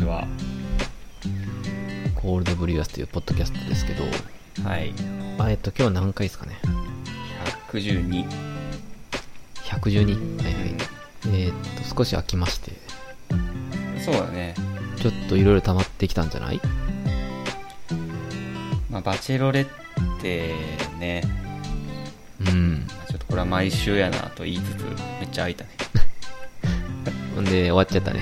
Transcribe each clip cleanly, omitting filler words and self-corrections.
ちは。 コールドブリュアスというポッドキャストですけど、 はい。 今日は何回ですかね。 112。 112。はいはい。少し空きまして。 そうだね。 ちょっといろいろ溜まってきたんじゃない？ まあ、バチェロレッテね。 うん。 ちょっとこれは毎週やなと言いつつ、めっちゃ空いたね。 ほんで終わっちゃったね。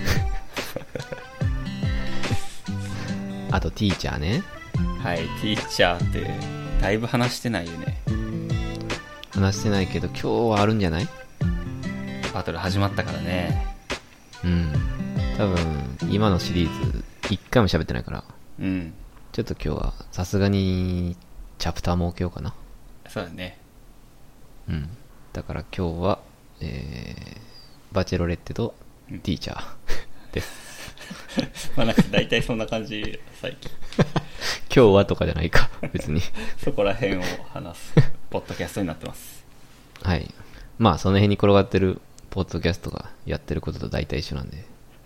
あとティーチャーね。 はい、ティーチャーってだいぶ話してないよね。 話してないけど今日はあるんじゃない？ バトル始まったからね。 うん。多分今のシリーズ1回も喋ってないから、 うん。 ちょっと今日はさすがにチャプター設けようかな。 そうだね。 うん。だから今日はバチェロレッテとティーチャーです。 まあなんか大体そんな感じ最近。 今日はとかじゃないか別に。 そこら辺を話すポッドキャストになってます。 はい。まあその辺に転がってるポッドキャストがやってることと大体一緒なんで。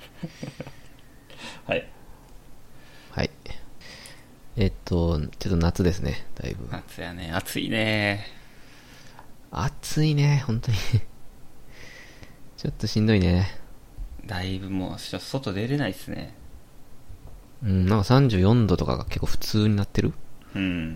はい。 はい。ちょっと夏ですね、だいぶ。 夏やね。暑いね。 暑いね、本当に。ちょっとしんどいね。 だいぶもう外出れないっすね。 うん、なんか34度とかが結構普通になってる。 うん。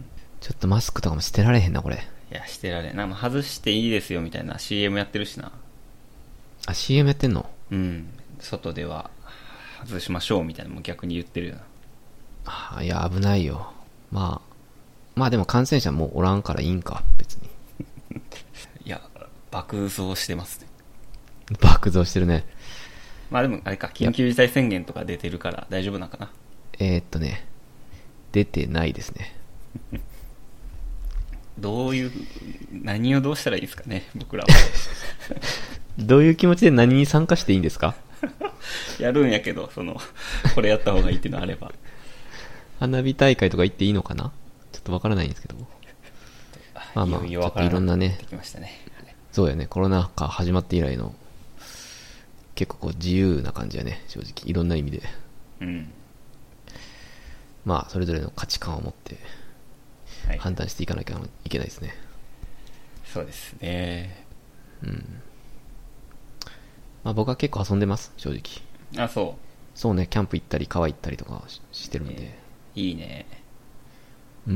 ちょっとマスクとかもしてられへんな、これ。 いや、してられん。なんか外していいですよみたいな CM やってるしな。 あ、CM やってんの？ うん。外では外しましょうみたいなのも逆に言ってるよな。 あ、いや、危ないよ。まあでも感染者もうおらんからいいんか、別に。 いや、爆増してますね。 爆増してるね。 まあでもあれか、緊急事態宣言とか出てるから大丈夫なんかな。 出てないですね。 何をどうしたらいいですかね、僕らは。 どういう気持ちで何に参加していいんですか？ やるんやけど、これやった方がいいっていうのあれば。 花火大会とか行っていいのかな？ちょっとわからないんですけど。まあまあ、ちょっといろんなね、 できましたね。 そうやね、コロナ禍始まって以来の、結構こう自由な感じやね、正直。いろんな意味で。 うん。 まあ、それぞれの価値観を持って、 はい。 判断していかなきゃいけないですね。 そうですね。 うん。まあ僕は結構遊んでます、正直。 あ、そそうね、キャンプ行ったり川行ったりとかしてるんで、 いいね。 うん、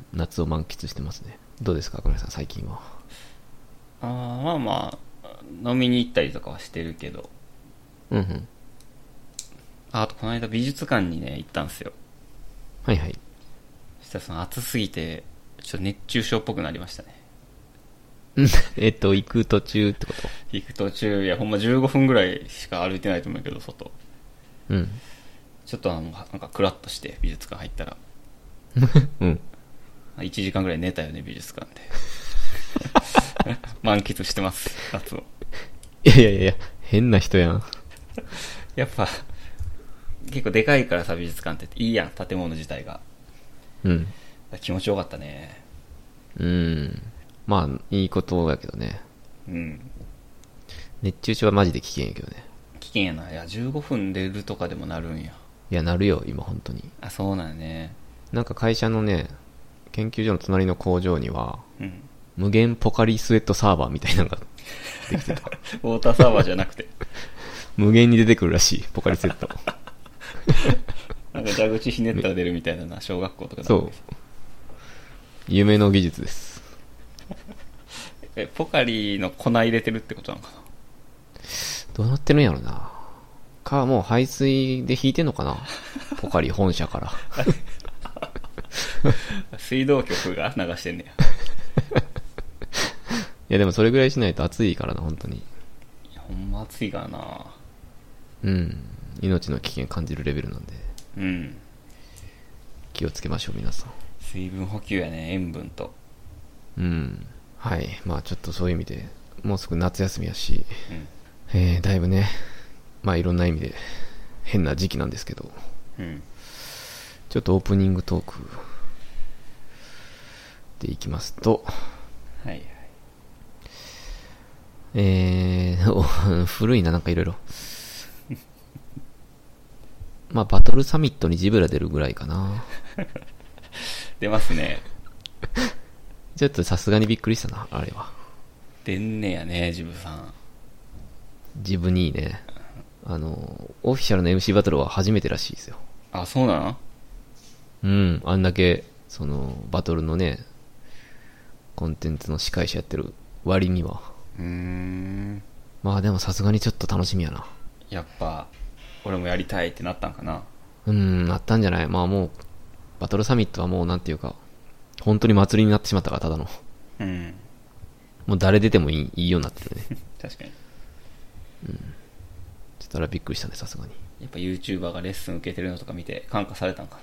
夏を満喫してますね。どうですか、小村さん、最近は。 まあまあ、飲みに行ったりとかはしてるけど。 うんうん。 あとこの間美術館にね、行ったんですよ。 はいはい。 そしたら暑すぎて、ちょっと熱中症っぽくなりましたね。 うん、行く途中ってこと？ 行く途中、いやほんま15分ぐらいしか歩いてないと思うけど、外。 うん。 ちょっとなんかクラッとして美術館入ったら。 うん。 1時間ぐらい寝たよね、美術館で。満喫してます、夏を。 いやいやいや、変な人やん。 やっぱ、結構でかいからさ、美術館っていいやん、建物自体が。 うん。 気持ちよかったね。 まあ、いいことやけどね。 うん。 熱中症はマジで危険やけどね。 危険やな。いや、15分出るとかでもなるんや。 いや、なるよ、今、本当に。 あ、そうなんやね。 なんか会社のね、研究所の隣の工場には、 うん。 無限ポカリスエットサーバーみたいなのができてた。 ウォーターサーバーじゃなくて。 無限に出てくるらしい、ポカリスエット。 なんか蛇口ひねったら出るみたいなな、小学校とかそう。夢の技術です。 ポカリの粉入れてるってことなのかな。 どうなってるんやろな。もう排水で引いてんのかな。ポカリ本社から。 水道局が流してんねや。 いやでもそれぐらいしないと暑いからな、本当に。 いや、ほんま暑いからな。 うん。命の危険感じるレベルなんで。 うん。 気をつけましょう、皆さん。 水分補給やね、塩分と。 うん。はい。まあちょっとそういう意味で、もうすぐ夏休みやし、だいぶね、まあいろんな意味で変な時期なんですけど、 うん。 ちょっとオープニングトークでいきますと、 はいはい。 古いな、なんかいろいろ。 まあ、バトルサミットにジブラ出るぐらいかな。 出ますね。 ちょっとさすがにびっくりしたな、あれは。 出んねやね、ジブさん。 ジブにね、オフィシャルの MC バトルは初めてらしいですよ。 あ、そうなの？ うん、あんだけ、バトルのね、コンテンツの司会者やってる割には。まあでもさすがにちょっと楽しみやな。 やっぱ、俺もやりたいってなったんかな。 なったんじゃない？まあもう、バトルサミットはもうなんていうか、本当に祭りになってしまったから、ただの。 うん。 もう誰出てもいいようになってるね。 確かに。 うん。ちょっとあれはびっくりしたね、さすがに。 やっぱ YouTuber がレッスン受けてるのとか見て感化されたんか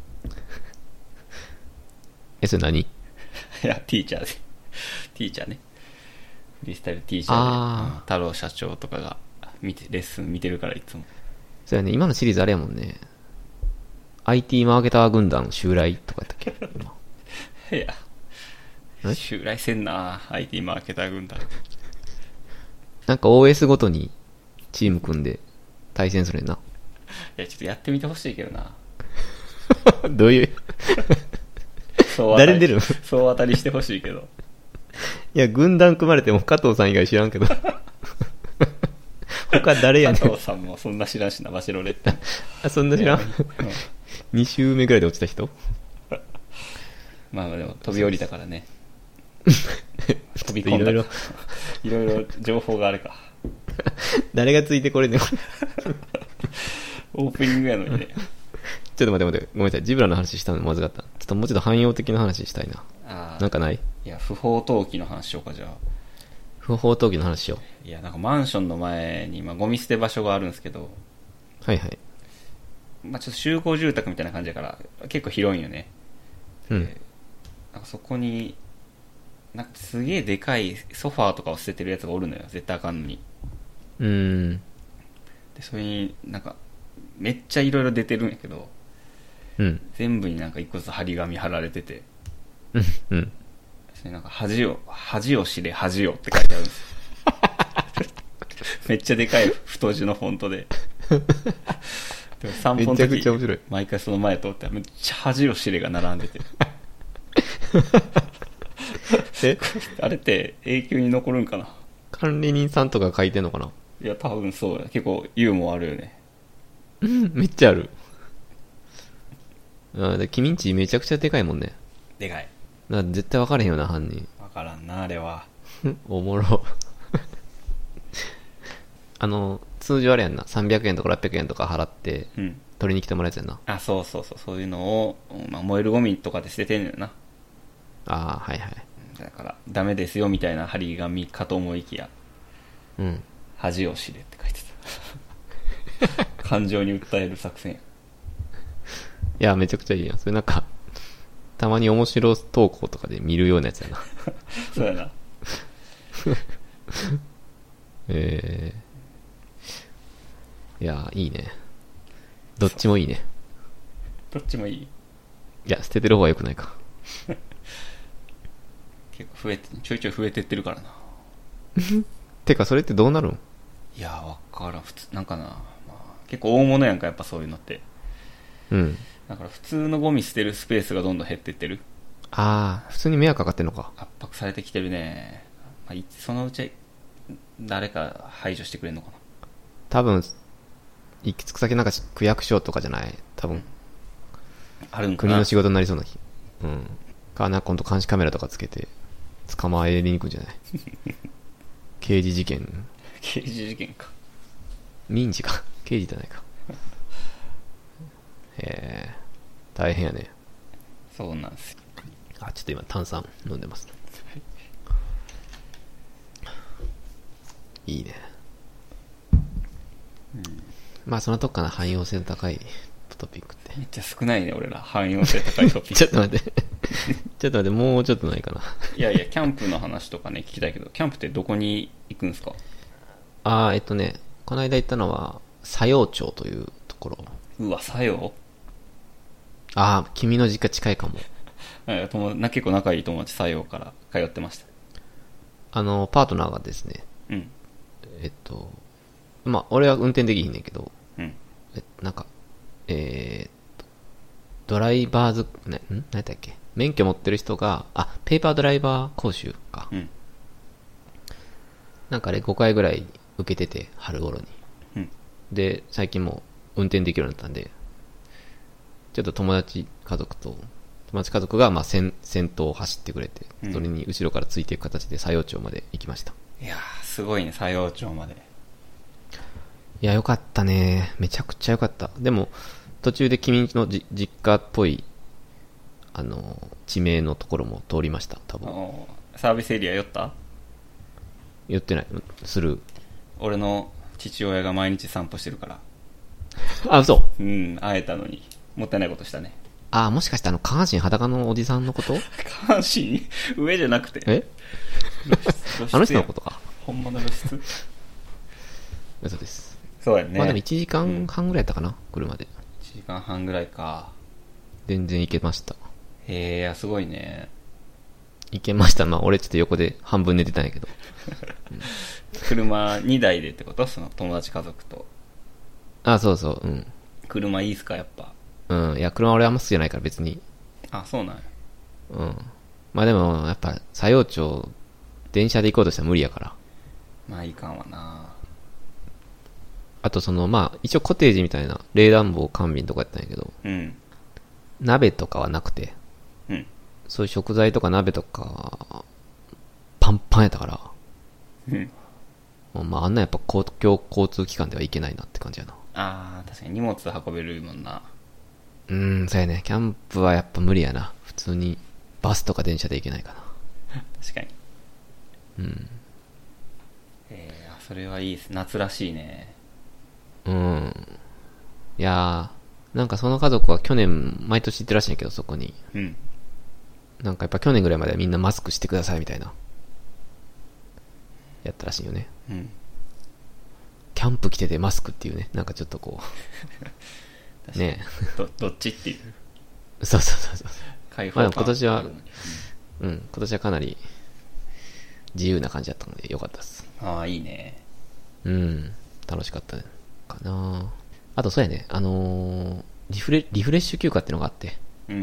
な。 それ何？ いや、ティーチャーで。ティーチャーね。フリースタイルティーチャーで、太郎社長とかがレッスン見てるからいつも。 そうやね、今のシリーズあれやもんね。IT マーケター軍団襲来とかやったっけ今。 いや、襲来せんな IT マーケター軍団。 なんか OS ごとにチーム組んで対戦するやんな。 いや、ちょっとやってみてほしいけどな。 どういう誰出る？ 総当たりしてほしいけど。 いや、軍団組まれても加藤さん以外知らんけど。他誰やねん。 加藤さんもそんな知らんしな、バチロレって。 あ、そんな知らん、2周目ぐらいで落ちた人。 まあでも飛び降りたからね。飛び込んだ。いろいろ情報があるか。 誰がついてこれねん。 オープニングやのにね。 ちょっと待って、ごめんなさい。ジブラの話したのまずかった。ちょっともうちょっと汎用的な話したいな。なんかない？ いや、不法投棄の話しようか、じゃあ。 不法投棄の話しよう。いや、なんかマンションの前に、ゴミ捨て場所があるんですけど。 はいはい。 ちょっと集合住宅みたいな感じだから、結構広いんよね。 うん。 なんかそこに、なんかすげえでかいソファーとかを捨ててるやつがおるのよ。絶対あかんのに。で、それになんか、めっちゃいろいろ出てるんやけど、 うん。 全部になんか一個ずつ張り紙貼られてて、 うん。 それなんか恥を知れ恥をって書いてあるんですよ。めっちゃでかい太字のフォントで。でも散歩の時めちゃくちゃ面白い。 毎回その前通ってめっちゃ恥を知れが並んでて。あれって永久に残るんかな？ 管理人さんとか書いてんのかな？ いや、多分そうだ。結構ユーモアあるよね。 めっちゃある。で君んちめちゃくちゃでかいもんね。 でかい。 絶対分かれへんよな、犯人。 分からんな、あれは。 おもろ。通常あれやんな。300円とか600円とか払って、取りに来てもらうやつやんな。 あ、そう。そういうのを、燃えるゴミとかで捨ててんのよな。 ああ、はいはい。 だから、ダメですよみたいな張り紙かと思いきや、恥を知れって書いてた。感情に訴える作戦や。 いや、めちゃくちゃいいやん。それなんか、たまに面白投稿とかで見るようなやつやな。 そうやな。 いや、いいね。どっちもいいね。 どっちもいい？ いや、捨ててる方が良くないか。 結構ちょいちょい増えてってるからな。 てか、それってどうなるん？ いや、わからん。普通、なんかな。結構大物やんか、やっぱそういうのって。だから普通のゴミ捨てるスペースがどんどん減ってってる。 ああ、普通に迷惑かかってんのか。 圧迫されてきてるね。そのうち誰か排除してくれんのかな。 多分、行き着く先なんか区役所とかじゃない？多分。 あるんかな。 国の仕事になりそうな気。かな、今度監視カメラとかつけて、捕まえに行くんじゃない？刑事事件。 刑事事件か。 民事か。刑事じゃないか。大変やね。 そうなんですよ。 ちょっと今炭酸飲んでます。いいね。まあそのとこかな、汎用性の高いトピックって。 めっちゃ少ないね、俺ら。汎用性高いトピック。 ちょっと待って。ちょっと待って、もうちょっとないかな。 いや、キャンプの話とかね、聞きたいけど、キャンプってどこに行くんですか？ この間行ったのは、佐用町というところ。 うわ、佐用？ 君の実家近いかも。 結構仲いい友達、佐用から通ってました。 パートナーがですね、まあ、俺は運転できひんねんけど、なんか、 ドライバーズ、何やったっけ、免許持ってる人が、ペーパードライバー講習か。 うん。 なんかあれ5回ぐらい受けてて、春頃に。 うん。 で、最近もう運転できるようになったんで、ちょっと友達家族が先頭を走ってくれて、それに後ろからついていく形で佐用町まで行きました。 いやー、すごいね、佐用町まで。 いや、よかったね。めちゃくちゃよかった。でも、途中で君んちの実家っぽい、地名のところも通りました、多分。 サービスエリア寄った？ 寄ってない。する。 俺の父親が毎日散歩してるから。 嘘。 うん、会えたのに。もったいないことしたね。 もしかして下半身裸のおじさんのこと？ 下半身上じゃなくて。 あの人のことか。 ほんまの露出？ 嘘です。 そうやね。 まあでも1時間半ぐらいやったかな、車で。 1時間半ぐらいか。 全然行けました。 へえ、すごいね。 行けました。まあ俺ちょっと横で半分寝てたんやけど。 車2台でってこと？その友達家族と。 そうそう、うん。 車いいっすか、やっぱ。 うん。いや、車俺あんま好きじゃないから別に。 そうなんや。 うん。まあでも、やっぱ、佐用町、電車で行こうとしたら無理やから。 まあいかんわな。 あと一応コテージみたいな、冷暖房完備とかやったんやけど、 うん。 鍋とかはなくて、 うん。 そういう食材とか鍋とか、パンパンやったから、 うん。 まああんなやっぱ公共交通機関ではいけないなって感じやな。 確かに荷物運べるもんな。 そうやね。キャンプはやっぱ無理やな。普通にバスとか電車で行けないかな。 確かに。 うん。 それはいいです。夏らしいね。 いやー、なんかその家族は去年、毎年行ってるらしいんやけど、そこに。 うん。 なんかやっぱ去年ぐらいまではみんなマスクしてくださいみたいな。やったらしいよね。 うん。 キャンプ来ててマスクっていうね。なんかちょっとこう。ねえ。どっちっていう。 そう。 開放感。 今年は、今年はかなり自由な感じだったのでよかったです。 いいね。 楽しかったかな。あとそうやね、リフレッシュ休暇ってのがあって。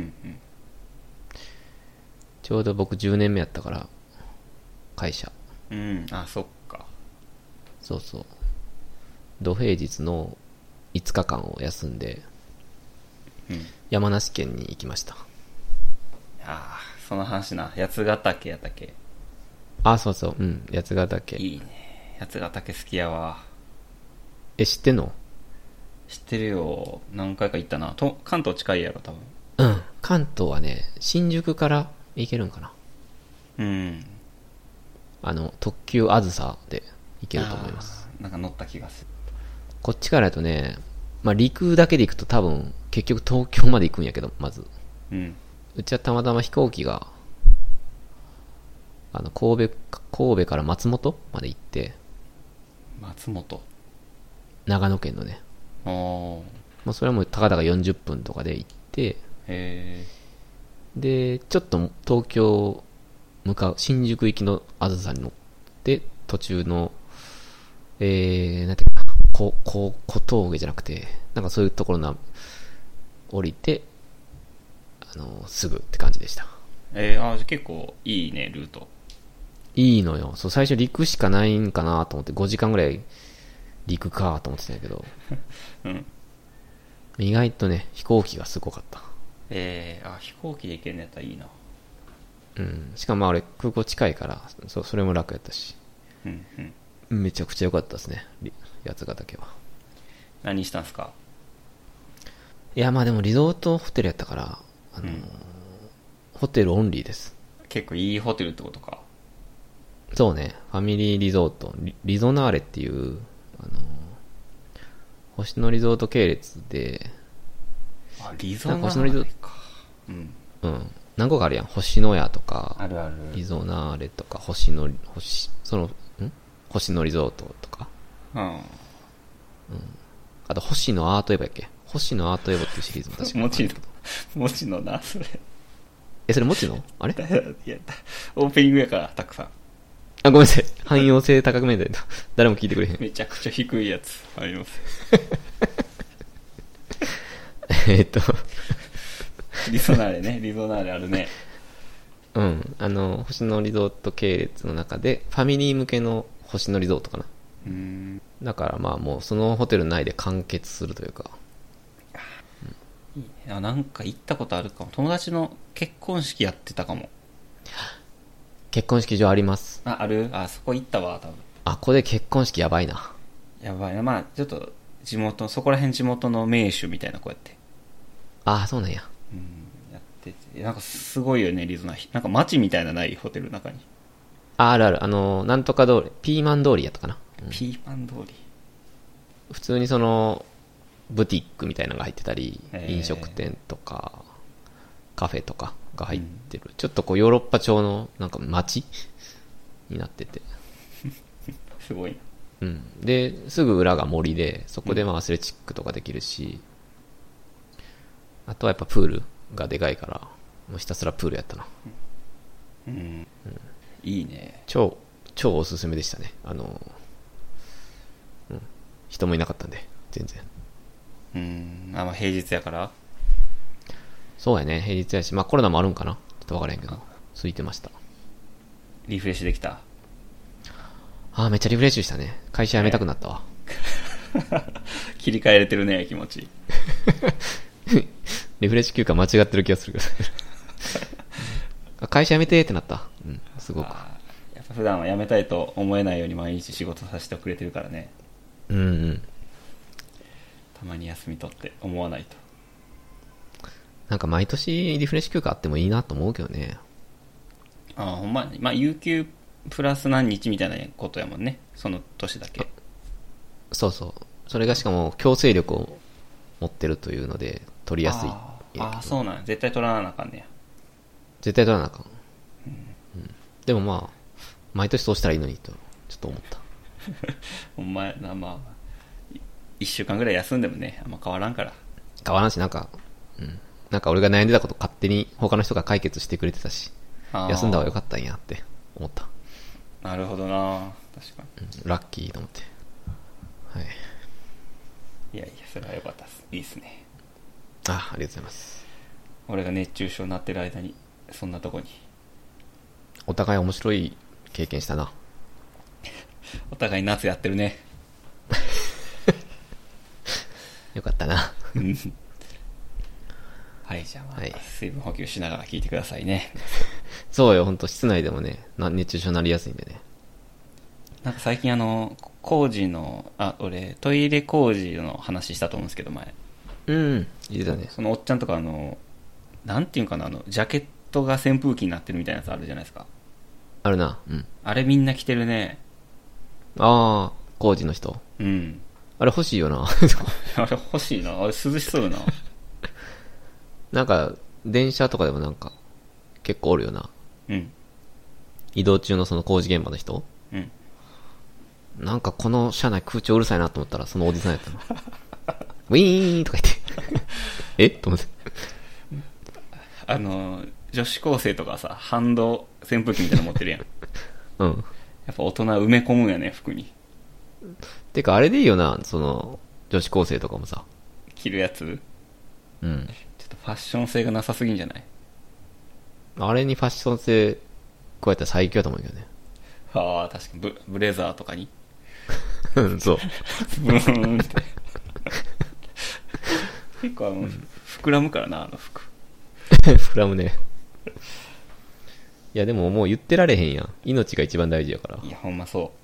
ちょうど僕10年目やったから、会社。 そっか。 そう。土平日の5日間を休んで、山梨県に行きました。 その話な。八ヶ岳やったっけ？ そう。八ヶ岳。 いいね。八ヶ岳好きやわ。 知ってんの？ 知ってるよ。何回か行ったな。関東近いやろ、多分。 関東はね、新宿から行けるんかな。特急あずさで行けると思います。 なんか乗った気がする。 こっちからだとね、陸だけで行くと多分、結局東京まで行くんやけど、まず。うちはたまたま飛行機が、神戸から松本まで行って、 松本？ 長野県のね。それはもうたかだか40分とかで行って、で、ちょっと東京向かう、新宿行きのあずさに乗って、途中の、なんていうか、小峠じゃなくて、なんかそういうところの、降りて、すぐって感じでした。 結構いいね、ルート。 いいのよ。そう、最初陸しかないんかなと思って、5時間ぐらい陸かと思ってたんやけど、意外とね、飛行機がすごかった。 飛行機で行けるんやったらいいな。 しかも俺空港近いから、それも楽やったし、めちゃくちゃ良かったですね、八ヶ岳は。 何したんすか？ いや、でもリゾートホテルやったから、ホテルオンリーです。 結構いいホテルってことか。 そうね、ファミリーリゾート、リゾナーレっていう、星野リゾート系列で、 リゾナーレか。 何個かあるやん。星野屋とか、 ある。 リゾナーレとか、星野リゾートとか。あと、星野アートエヴァやっけ？星野アートエヴァっていうシリーズも確かにあるけど。 もちのな、それ。 それもちの？あれ？ いや、オープニングやから、たくさん。 ごめんなさい。汎用性高くめんだよ。誰も聞いてくれへん。 めちゃくちゃ低いやつ。汎用性。 リゾナーレね、リゾナーレあるね。 うん。星野リゾート系列の中で、ファミリー向けの星野リゾートかな。だからまあもうそのホテル内で完結するというか。 いいね。なんか行ったことあるかも。友達の結婚式やってたかも。 結婚式場あります。 ある？そこ行ったわ、多分。 ここで結婚式やばいな。 やばいな。まあちょっとそこら辺地元の名手みたいなこうやって。 そうなんや。 やってて。なんかすごいよね、リゾナー。なんか街みたいなないホテルの中に。 あるある。なんとか通り、ピーマン通りやったかな。 ピーマン通り。 普通にブティックみたいなのが入ってたり、飲食店とか、カフェとかが入ってる。ちょっとこうヨーロッパ調のなんか街になってて。 すごいな。で、すぐ裏が森で、そこでまあアスレチックとかできるし、あとはやっぱプールがでかいから、もうひたすらプールやったな。 いいね。 超おすすめでしたね。人もいなかったんで、全然。 まあ平日やから。 そうやね、平日やし、まあコロナもあるんかな、ちょっとわからへんけど、空いてました。 リフレッシュできた。 めっちゃリフレッシュしたね。会社辞めたくなったわ。 切り替えれてるね、気持ち。 リフレッシュ休暇間違ってる気がするけど。会社辞めてってなった。すごく。 やっぱ普段は辞めたいと思えないように毎日仕事させてくれてるからね。たまに休み取って思わないと。 なんか毎年リフレッシュ休暇あってもいいなと思うけどね。 ほんま、まあ有給プラス何日みたいなことやもんね、その年だけ。 そうそう。それがしかも強制力を持ってるというので取りやすい。 そうなんや。絶対取らなあかんねや。 絶対取らなあかん。でもまあ毎年そうしたらいいのにとちょっと思った。 ほんまやな。まあ1週間ぐらい休んでもね、あんま変わらんから。 変わらんし、なんか俺が悩んでたこと勝手に他の人が解決してくれてたし、休んだ方がよかったんやって思った。 なるほどな。確かに、 ラッキーと思って。はい。 いやいや、それはよかったです。いいっすね。 ありがとうございます。 俺が熱中症になってる間にそんなとこに。 お互い面白い経験したな。 お互い夏やってるね。 よかったな。 はい、じゃあ、水分補給しながら聞いてくださいね。 そうよ、ほんと室内でもね、熱中症になりやすいんでね。 なんか最近工事の、俺、トイレ工事の話したと思うんですけど、前。 言ってたね。 そのおっちゃんとかなんていうんかな、ジャケットが扇風機になってるみたいなやつあるじゃないですか。 あるな。 あれみんな着てるね。 工事の人。あれ欲しいよな。 あれ欲しいな。あれ涼しそうよな。 なんか、電車とかでもなんか、結構おるよな。移動中のその工事現場の人。なんかこの車内空調うるさいなと思ったら、そのおじさんやったの。ウィーンとか言って。と思って。 女子高生とかさ、ハンド扇風機みたいなの持ってるやん。やっぱ大人埋め込むんやね、服に。 てかあれでいいよな、女子高生とかもさ。 着るやつ？ちょっとファッション性がなさすぎんじゃない？ あれにファッション性加えたら最強だと思うけどね。 確かにブレザーとかに。 そう。 ブーンって。結構膨らむからな、服。 膨らむね。いやでももう言ってられへんやん。命が一番大事やから。 いやほんまそう。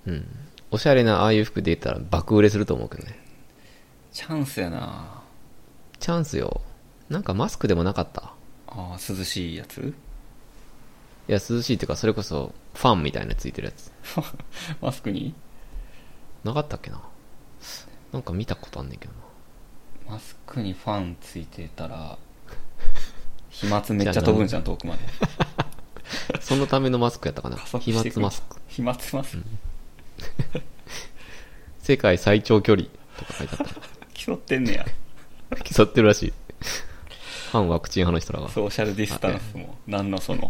おしゃれなああいう服出たら爆売れすると思うけどね。 チャンスやな。 チャンスよ。なんかマスクでもなかった。 涼しいやつ？ いや涼しいっていうか、それこそファンみたいなついてるやつ。 マスクになかったっけな。なんか見たことあんねんけどな。マスクにファンついてたら飛沫めっちゃ飛ぶんじゃん、遠くまで。 そのためのマスクやったかな。飛沫マスク。 飛沫マスク。 世界最長距離とか書いてあった。 競ってんねや。 競ってるらしい。反ワクチン派の人らが。 ソーシャルディスタンスも何のその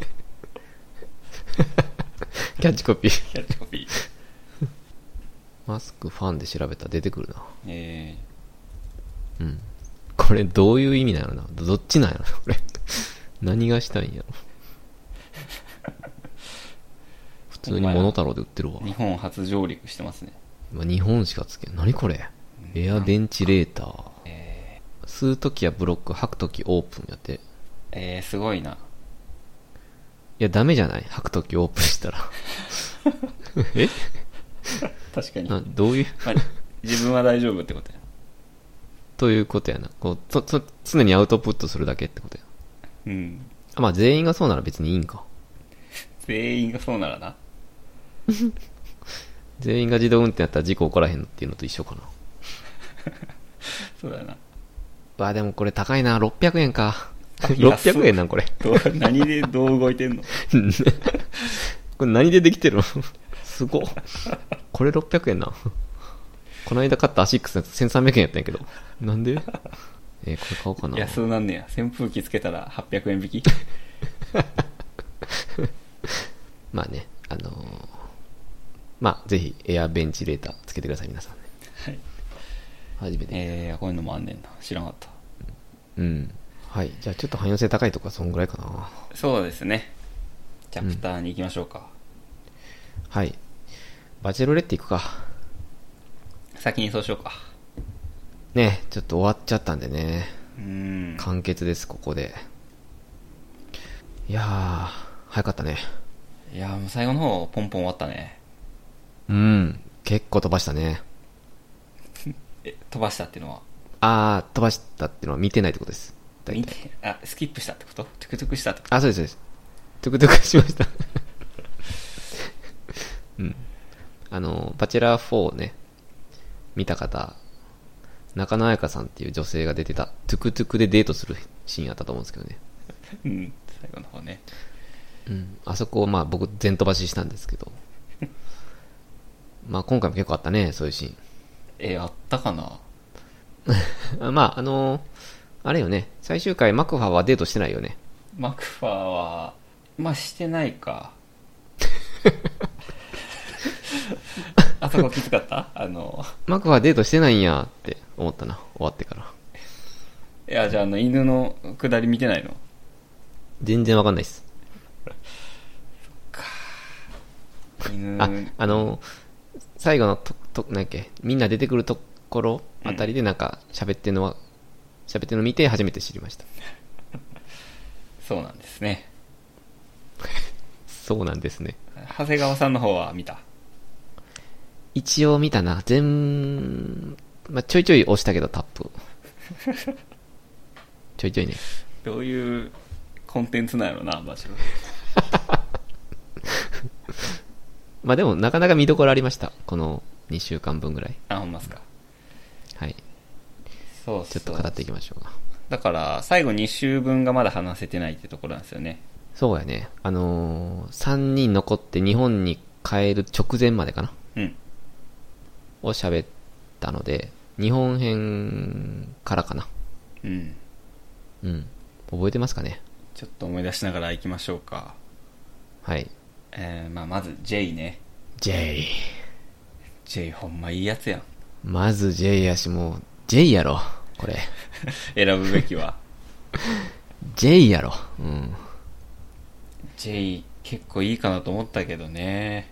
キャッチコピー。 キャッチコピー。 マスクファンで調べたら出てくるな。 これどういう意味なのな、どっちなんやろこれ。何がしたいんやろ。普通にモノタロウで売ってるわ。 日本初上陸してますね。 今日本しかつけん。何これ。エアベンチレーター。吸うときはブロック、吐くときオープンやって。 すごいな。 いや、ダメじゃない吐くときオープンしたら。え確かに。 どういうまあ、自分は大丈夫ってことや。 ということやな。こう常にアウトプットするだけってことや。 うん。 まあ全員がそうなら別にいいんか。 全員がそうならな。 全員が自動運転やったら事故起こらへんっていうのと一緒かな。 そうだな。 わあでもこれ高いな。600円か。600円なんこれ。 何でどう動いてんのこれ何でできてるのすごっ。これ600円な。この間買ったアシックスのやつ1300円やったんやけど。なんでこれ買おうかな。 安うなんねや。扇風機つけたら800円引きまあね、まあぜひエアベンチレーターつけてください皆さんね。 はい。 初めて。 こういうのもあんねんな。知らなかった。 うん。はい。じゃあちょっと汎用性高いとこはそんぐらいかな。 そうですね。チャプターに行きましょうか。 はい。バチェロレッテ行くか。 先にそうしようか。 ね、ちょっと終わっちゃったんでね。完結です、ここで。いやー、早かったね。 いやー、もう最後の方、ポンポン終わったね。 うん。結構飛ばしたね。 飛ばしたっていうのは飛ばしたっていうのは見てないってことです。 見て、スキップしたってこと？トゥクトゥクしたってこと？ そうです、そうです。トゥクトゥクしました。うん。バチェラー4をね、見た方、中野彩香さんっていう女性が出てた、トゥクトゥクでデートするシーンあったと思うんですけどね。 うん、最後の方ね。 うん。あそこをまあ僕全飛ばししたんですけど。まあ今回も結構あったね、そういうシーン。 あったかなまああれよね、最終回マクファーはデートしてないよね。 マクファーは、まあしてないか。あそこきつかったマクファーデートしてないんやって思ったな、終わってから。 いや、じゃあ犬の下り見てないの？ 全然わかんないっす。 犬最後のなんだっけ、みんな出てくるところあたりでなんか喋ってるの見て初めて知りました。 そうなんですね。 そうなんですね。 長谷川さんの方は見た？ 一応見たな。まあ、ちょいちょい押したけどタップ。ちょいちょいね。 どういうコンテンツなんやろな、バチェロ。 まあでもなかなか見どころありました。この2週間分ぐらい。 ほんますか。 はい。 そうちょっと語っていきましょうか。 だから最後2週分がまだ話せてないってところなんですよね。 そうやね。3人残って日本に帰る直前までかな。 うん。 を喋ったので、日本編からかな。 うん。 うん。覚えてますかね。 ちょっと思い出しながら行きましょうか。 はい。 まず J ね。 J ほんまいいやつやん。 まず J やし、もう J やろこれ。 選ぶべきは J やろ。うん。 J 結構いいかなと思ったけどね。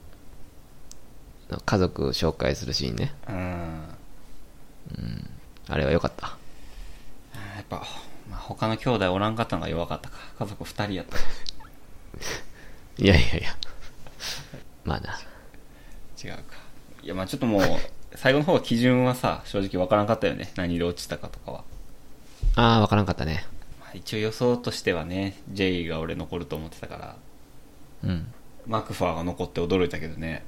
家族紹介するシーンね。 うん。 あれは良かった。 やっぱ、他の兄弟おらんかったのが弱かったか。家族2人やった。 いや。まあな。 違うか。いや、ちょっともう、最後の方は基準はさ、正直わからんかったよね。何で落ちたかとかは。 わからんかったね。 一応予想としてはね、J が俺残ると思ってたから、 うん。 マクファーが残って驚いたけどね。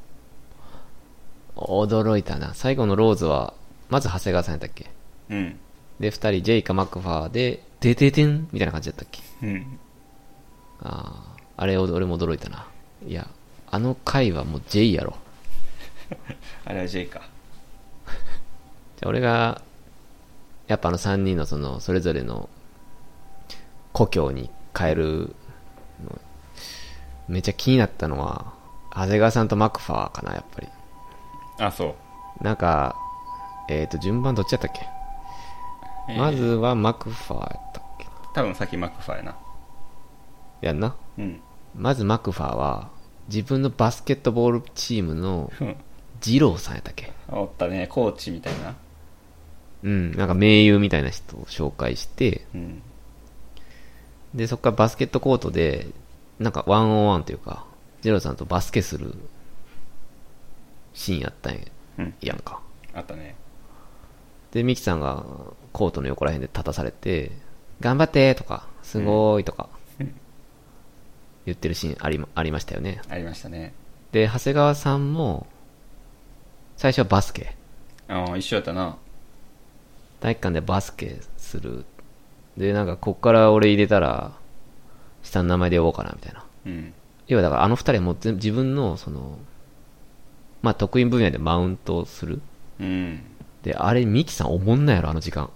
驚いたな。最後のローズは、まず長谷川さんやったっけ？ うん。 で、2人 J かマクファーで、てててんみたいな感じだったっけ？ うん。 あれ俺も驚いたな。いや、あの回はもう J やろ。 あれは J か。 じゃあ俺が、やっぱ3人のそれぞれの故郷に帰るの、めっちゃ気になったのは、長谷川さんとマクファーかな、やっぱり。 そう。 なんか、順番どっちやったっけ？ まずはマクファーやったっけ。 多分さっきマクファーやな。 やんな。 うん。 まずマクファーは、自分のバスケットボールチームの、二郎さんやったっけ。 おったね、コーチみたいな。 うん、なんか盟友みたいな人を紹介して、 うん。 で、そこからバスケットコートで、なんかワンオンワンというか、二郎さんとバスケするシーンやったんや、 うん、 やんか。 あったね。 で、ミキさんがコートの横ら辺で立たされて、頑張ってとか、すごーいとか、言ってるシーンありましたよね。 ありましたね。 で、長谷川さんも、最初はバスケ。 ああ、一緒やったな。 体育館でバスケする。で、なんか、こっから俺入れたら、下の名前で呼ぼうかな、みたいな。 うん。 要はだから、あの二人も自分の、まあ、得意分野でマウントをする。 うん。 で、あれ、ミキさんおもんないやろ、あの時間。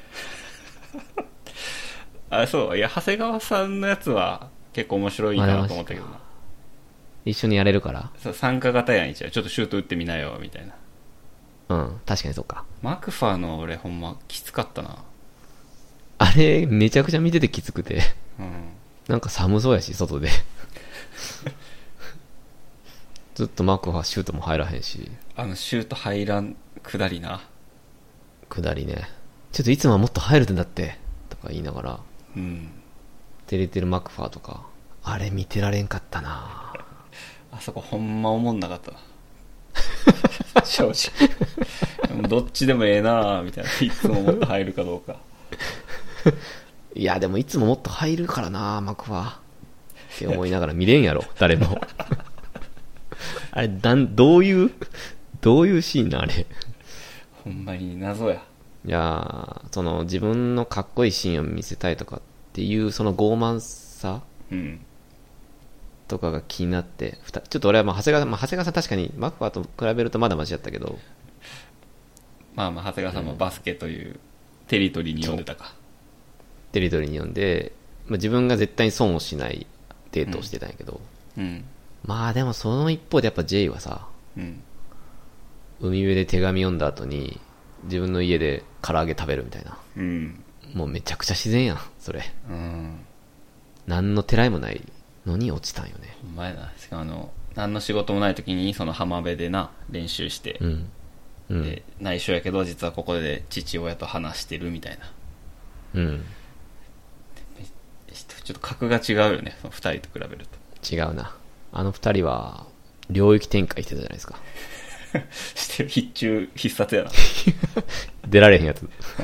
あ、そう。いや、長谷川さんのやつは結構面白いかなと思ったけどな。 一緒にやれるから。 そう、参加型やん、一応。ちょっとシュート打ってみなよ、みたいな。 うん、確かにそうか。 マクファーの俺ほんまきつかったな。 あれ、めちゃくちゃ見ててきつくて。 うん。 なんか寒そうやし、外で。ずっとマクファーシュートも入らへんし。 シュート入らん下りな。 下りね。ちょっといつもはもっと入るってんだって。とか言いながら。 うん。 照れてるマクファーとか。あれ見てられんかったな。 あそこほんま思んなかったな。正直。どっちでもええなみたいな。いつももっと入るかどうか。 いや、でもいつももっと入るからな、マクファー。って思いながら見れんやろ、誰も。あれ、どういうシーンな、あれ。 ほんまに謎や。 いやー、自分のかっこいいシーンを見せたいとかっていう、その傲慢さうん。 とかが気になって、ちょっと俺は長谷川さん確かにマクファーと比べるとまだマシだったけど。 まあまあ、長谷川さんもバスケというテリトリーに読んでたか。 テリトリーに読んで、まあ、自分が絶対に損をしないデートをしてたんやけど。 うん。 まあでもその一方でやっぱ J はさ、 うん。 海辺で手紙読んだ後に自分の家で唐揚げ食べるみたいな。 うん。 もうめちゃくちゃ自然やん、それ。 うん。 何のてらいもないのに落ちたんよね。 ほんまやな。しかも何の仕事もない時にその浜辺でな、練習して。 うん。うん。 で、内緒やけど実はここで父親と話してるみたいな。 うん。 ちょっと格が違うよね、その二人と比べると。 違うな。あの二人は領域展開してたじゃないですか。 してる必殺やな。 出られへんやつ。だ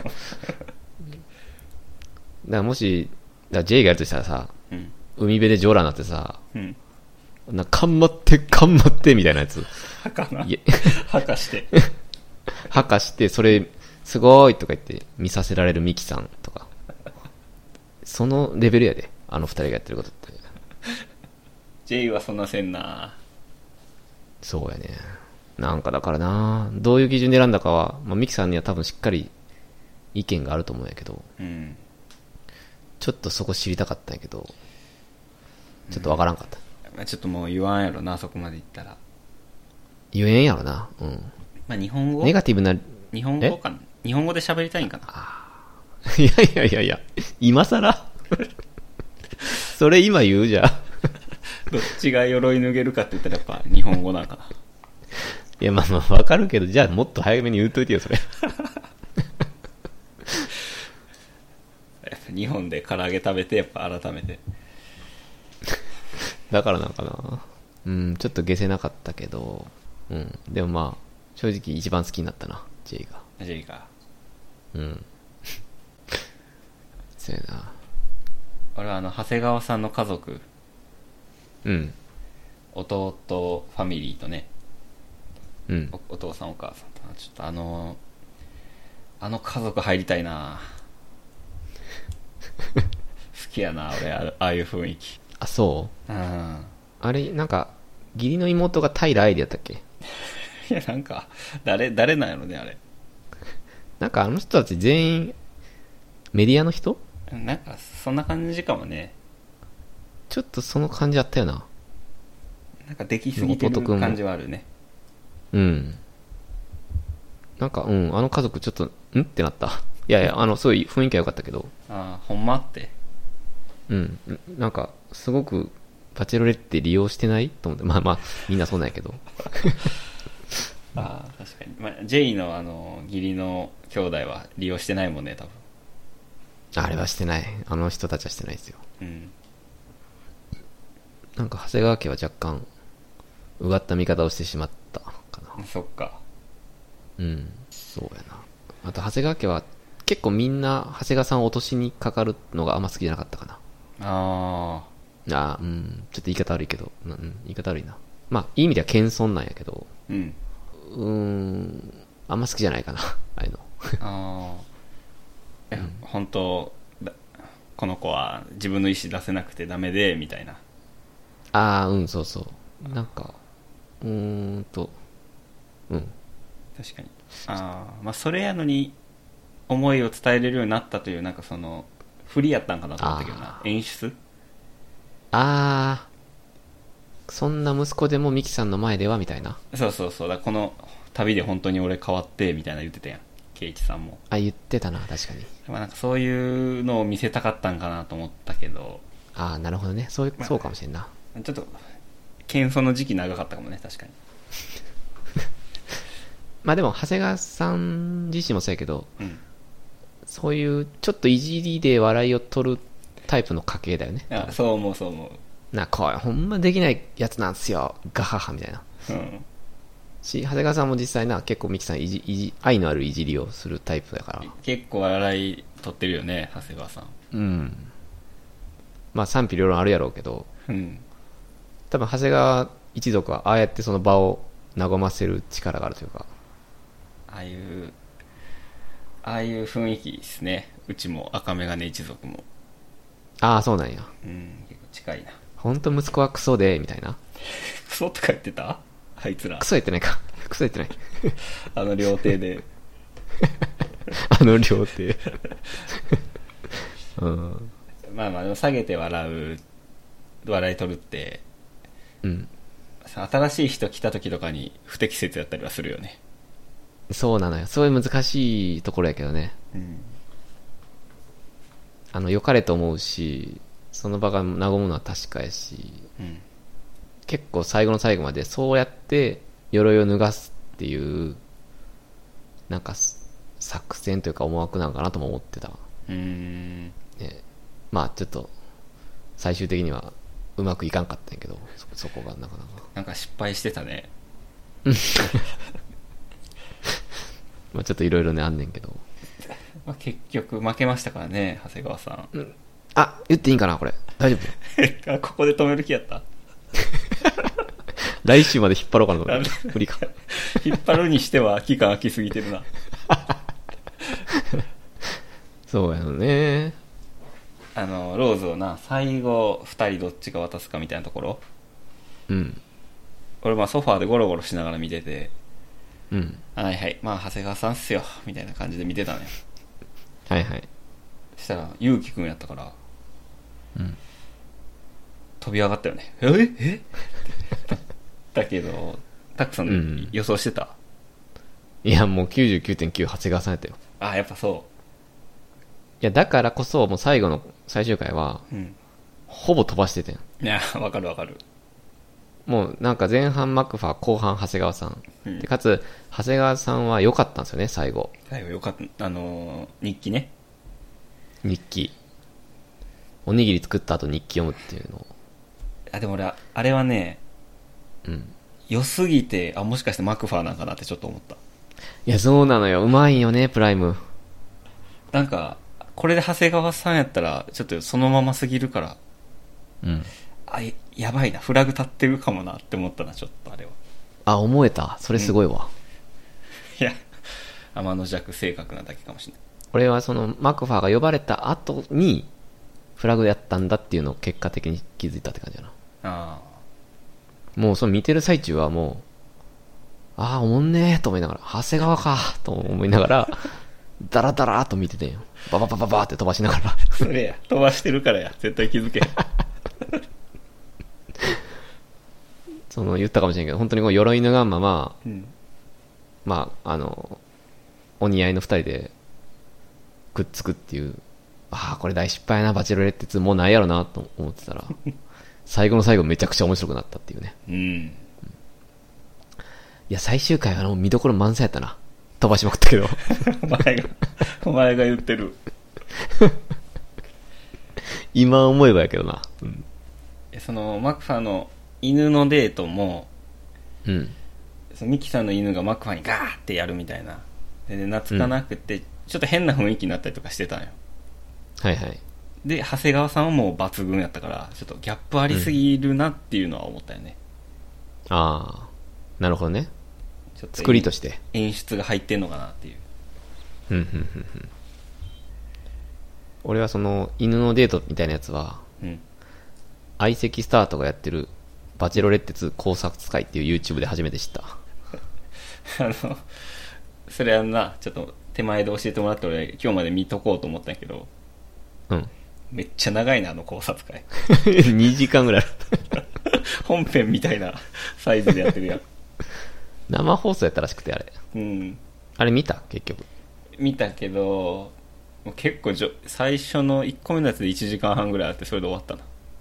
からもし、J がやるとしたらさ、 うん、 海辺でジョーラーになってさ、 うん、 かんまって、みたいなやつ。 はかな。はかして。 はかして、それ、すごーいとか言って見させられるミキさんとか。そのレベルやで、あの二人がやってることって。 J はそんなせんな。 そうやね。なんかだからな、どういう基準で選んだかは、まあ、ミキさんには多分しっかり意見があると思うんやけど、 うん、 ちょっとそこ知りたかったんやけど、ちょっとわからんかった。 まあ、ちょっともう言わんやろな、そこまで言ったら。 言えんやろな。うん。 まあ日本語ネガティブな、 日本語かな。日本語で喋りたいんかな。 いや、今更それ今言うじゃん。 どっちが鎧脱げるかって言ったらやっぱ日本語なんかな。 いや、まあわかるけど、じゃあもっと早めに言うといてよ、それ。 やっぱ日本で唐揚げ食べて、やっぱ改めて。 だからなんかな。うん、ちょっと消せなかったけど、うん。でもまあ、正直一番好きになったな、J が。 J が。 うん。そうやな。 俺は長谷川さんの家族、 うん。 弟ファミリーとね、 うん。 お父さんお母さんと、ちょっとあの家族入りたいな。好きやな、俺、ああいう雰囲気。 あ、そうん。 あれ、なんか、義理の妹が平愛でやったっけ？ いや、なんか、誰なんやろね、あれ。 なんかあの人たち全員、メディアの人？ なんか、そんな感じかもね。 ちょっとその感じあったよな。 なんか、できすぎてる感じはあるね。 うん。なんか、うん、あの家族ちょっと、んってなった。 いやいや、すごい雰囲気は良かったけど。 ああ、ほんまって。 うん。なんか、すごく、バチェロレッテ利用してないと思って。まあまあ、みんなそうなんやけど。 ああ、確かに。まあ、ジェイの義理の兄弟は利用してないもんね、多分。 あれはしてない。あの人たちはしてないですよ。 うん。 なんか、長谷川家は若干、うがった見方をしてしまったかな。 そっか。 うん。そうやな。あと、長谷川家は、結構みんな、長谷川さんを落としにかかるのがあんま好きじゃなかったかな。 あああ、うん。ちょっと言い方悪いけど、うん、言い方悪いな。まあ、いい意味では謙遜なんやけど、 あ、うん。 あんま好きじゃないかな、ああいうの。 ああ。いや、本当この子は自分の意思出せなくてダメで、みたいな。 ああ、うん、そうそう。なんか、うん。 確かに。ああ、まあ、それやのに、思いを伝えれるようになったという、なんかその、振りやったんかなと思ったけどな。演出。 ああ、そんな息子でもミキさんの前ではみたいな。 そうそうそう。だこの旅で本当に俺変わって、みたいな言ってたやん。ケイチさんも。 あ、言ってたな、確かに。 まあなんかそういうのを見せたかったんかなと思ったけど。 ああ、なるほどね。そうかもしれんな。 ちょっと、謙遜の時期長かったかもね、確かに。 まあでも、長谷川さん自身もそうやけど、 うん。 そういうちょっといじりで笑いを取るタイプの家系だよね。 あ、そう思う、そう思う。 これほんまできないやつなんすよ。ガハハみたいな。 うん。 長谷川さんも実際な、結構ミキさん愛のあるいじりをするタイプだから。 結構笑い取ってるよね、長谷川さん。 うん。まあ賛否両論あるやろうけど、 うん。 多分長谷川一族はああやってその場を和ませる力があるというか。 ああいう雰囲気ですね。うちも赤眼鏡一族も。 ああ、そうなんや。 うん、結構近いな。 ほんと息子はクソで、みたいな。 クソとか言ってたあいつら。 クソ言ってないか。クソ言ってない。 あの料亭で。 あの料亭。うん。 まあまあ、でも下げて笑い取るって、 うん。 新しい人来た時とかに不適切やったりはするよね。 そうなのよ。そういう難しいところやけどね。 うん。 良かれと思うし、その場が和むのは確かやし、 うん。 結構最後の最後までそうやって鎧を脱がすっていう、なんか作戦というか思惑なんかなとも思ってた。ね、まあちょっと、最終的にはうまくいかんかったんやけど、そこがなかなか。 なんか失敗してたね。 まあちょっといろいろね、あんねんけど。 まあ、結局負けましたからね、長谷川さん。 あ、言っていいんかなこれ。大丈夫あ、ここで止める気やった。 来週まで引っ張ろうかなと思って。無理か。 引っ張るにしては期間空きすぎてるな。 そうやのね。 ローズをな、最後2人どっちが渡すかみたいなところ。 うん。 俺まあソファーでゴロゴロしながら見てて、 うん。 はいはい、まあ長谷川さんっすよみたいな感じで見てたね。 はいはい。 そしたらゆうきくんやったから、 うん。 飛び上がったよね。えだけどタックさん予想してた？ いやもう 99.9 長谷川さんやったよ。 あ、やっぱそいやだからこそもう最後の最終回は、 う。うん。 ほぼ飛ばしててん。 いや、わかるわかる。 もうなんか前半マクファー、後半長谷川さん。 うん。 で、かつ、長谷川さんは良かったんですよね、最後。 最後よかった。日記ね。 日記。おにぎり作った後日記読むっていうのを。 あ、でも俺、あれはね、 うん。 良すぎて、あ、もしかしてマクファーなんかなってちょっと思った。 いや、そうなのよ。うまいよね、プライム。 なんか、これで長谷川さんやったら、ちょっとそのまますぎるから、 うん。 あ、やばいな、フラグ立ってるかもなって思ったな、ちょっとあれは。 あ、思えた。それすごいわ。 いや、天の弱性格なだけかもしれない。 俺はそのマクファーが呼ばれた後に、フラグやったんだっていうのを結果的に気づいたって感じだな。 あもうその見てる最中はもう、ああ、おもんねーと思いながら、長谷川かーと思いながら、ダラダラーと見ててんよ。バババババーって飛ばしながら。 それや、飛ばしてるからや、絶対気づけ。 その言ったかもしれんけど、本当にこう鎧脱がんまま、 うん。 まあ、お似合いの二人で、 くっつくっていう、ああこれ大失敗やな、バチェロレッテ2もうないやろなと思ってたら最後の最後めちゃくちゃ面白くなったっていうね。 うん。 いや最終回はもう見どころ満載やったな。飛ばしまくったけどお前が言ってる今思えばやけどな。うん、 そのマクファの犬のデートも、 うん、 そのミキさんの犬がマクファにガーってやるみたいなで、懐かなくて、ちょっと変な雰囲気になったりとかしてたんよ。 はいはい。 で長谷川さんはもう抜群やったから、ちょっとギャップありすぎるなっていうのは思ったよね。 ああ、なるほどね。 ちょっと作りとして演出が入ってんのかなっていう。 俺はその犬のデートみたいなやつは、 うん、 相席スタートがやってるバチェロレッテ2考察会っていう YouTube で初めて知ったそれはな、ちょっと手前で教えてもらって俺今日まで見とこうと思ったんやけど、 うん、 めっちゃ長いな、あの考察会 2時間ぐらい本編みたいなサイズでやってるやん生放送やったらしくて、あれ、 うん、 あれ見た？結局見たけど、もう結構最初の1個目のやつで1時間半ぐらいあって、それで終わったな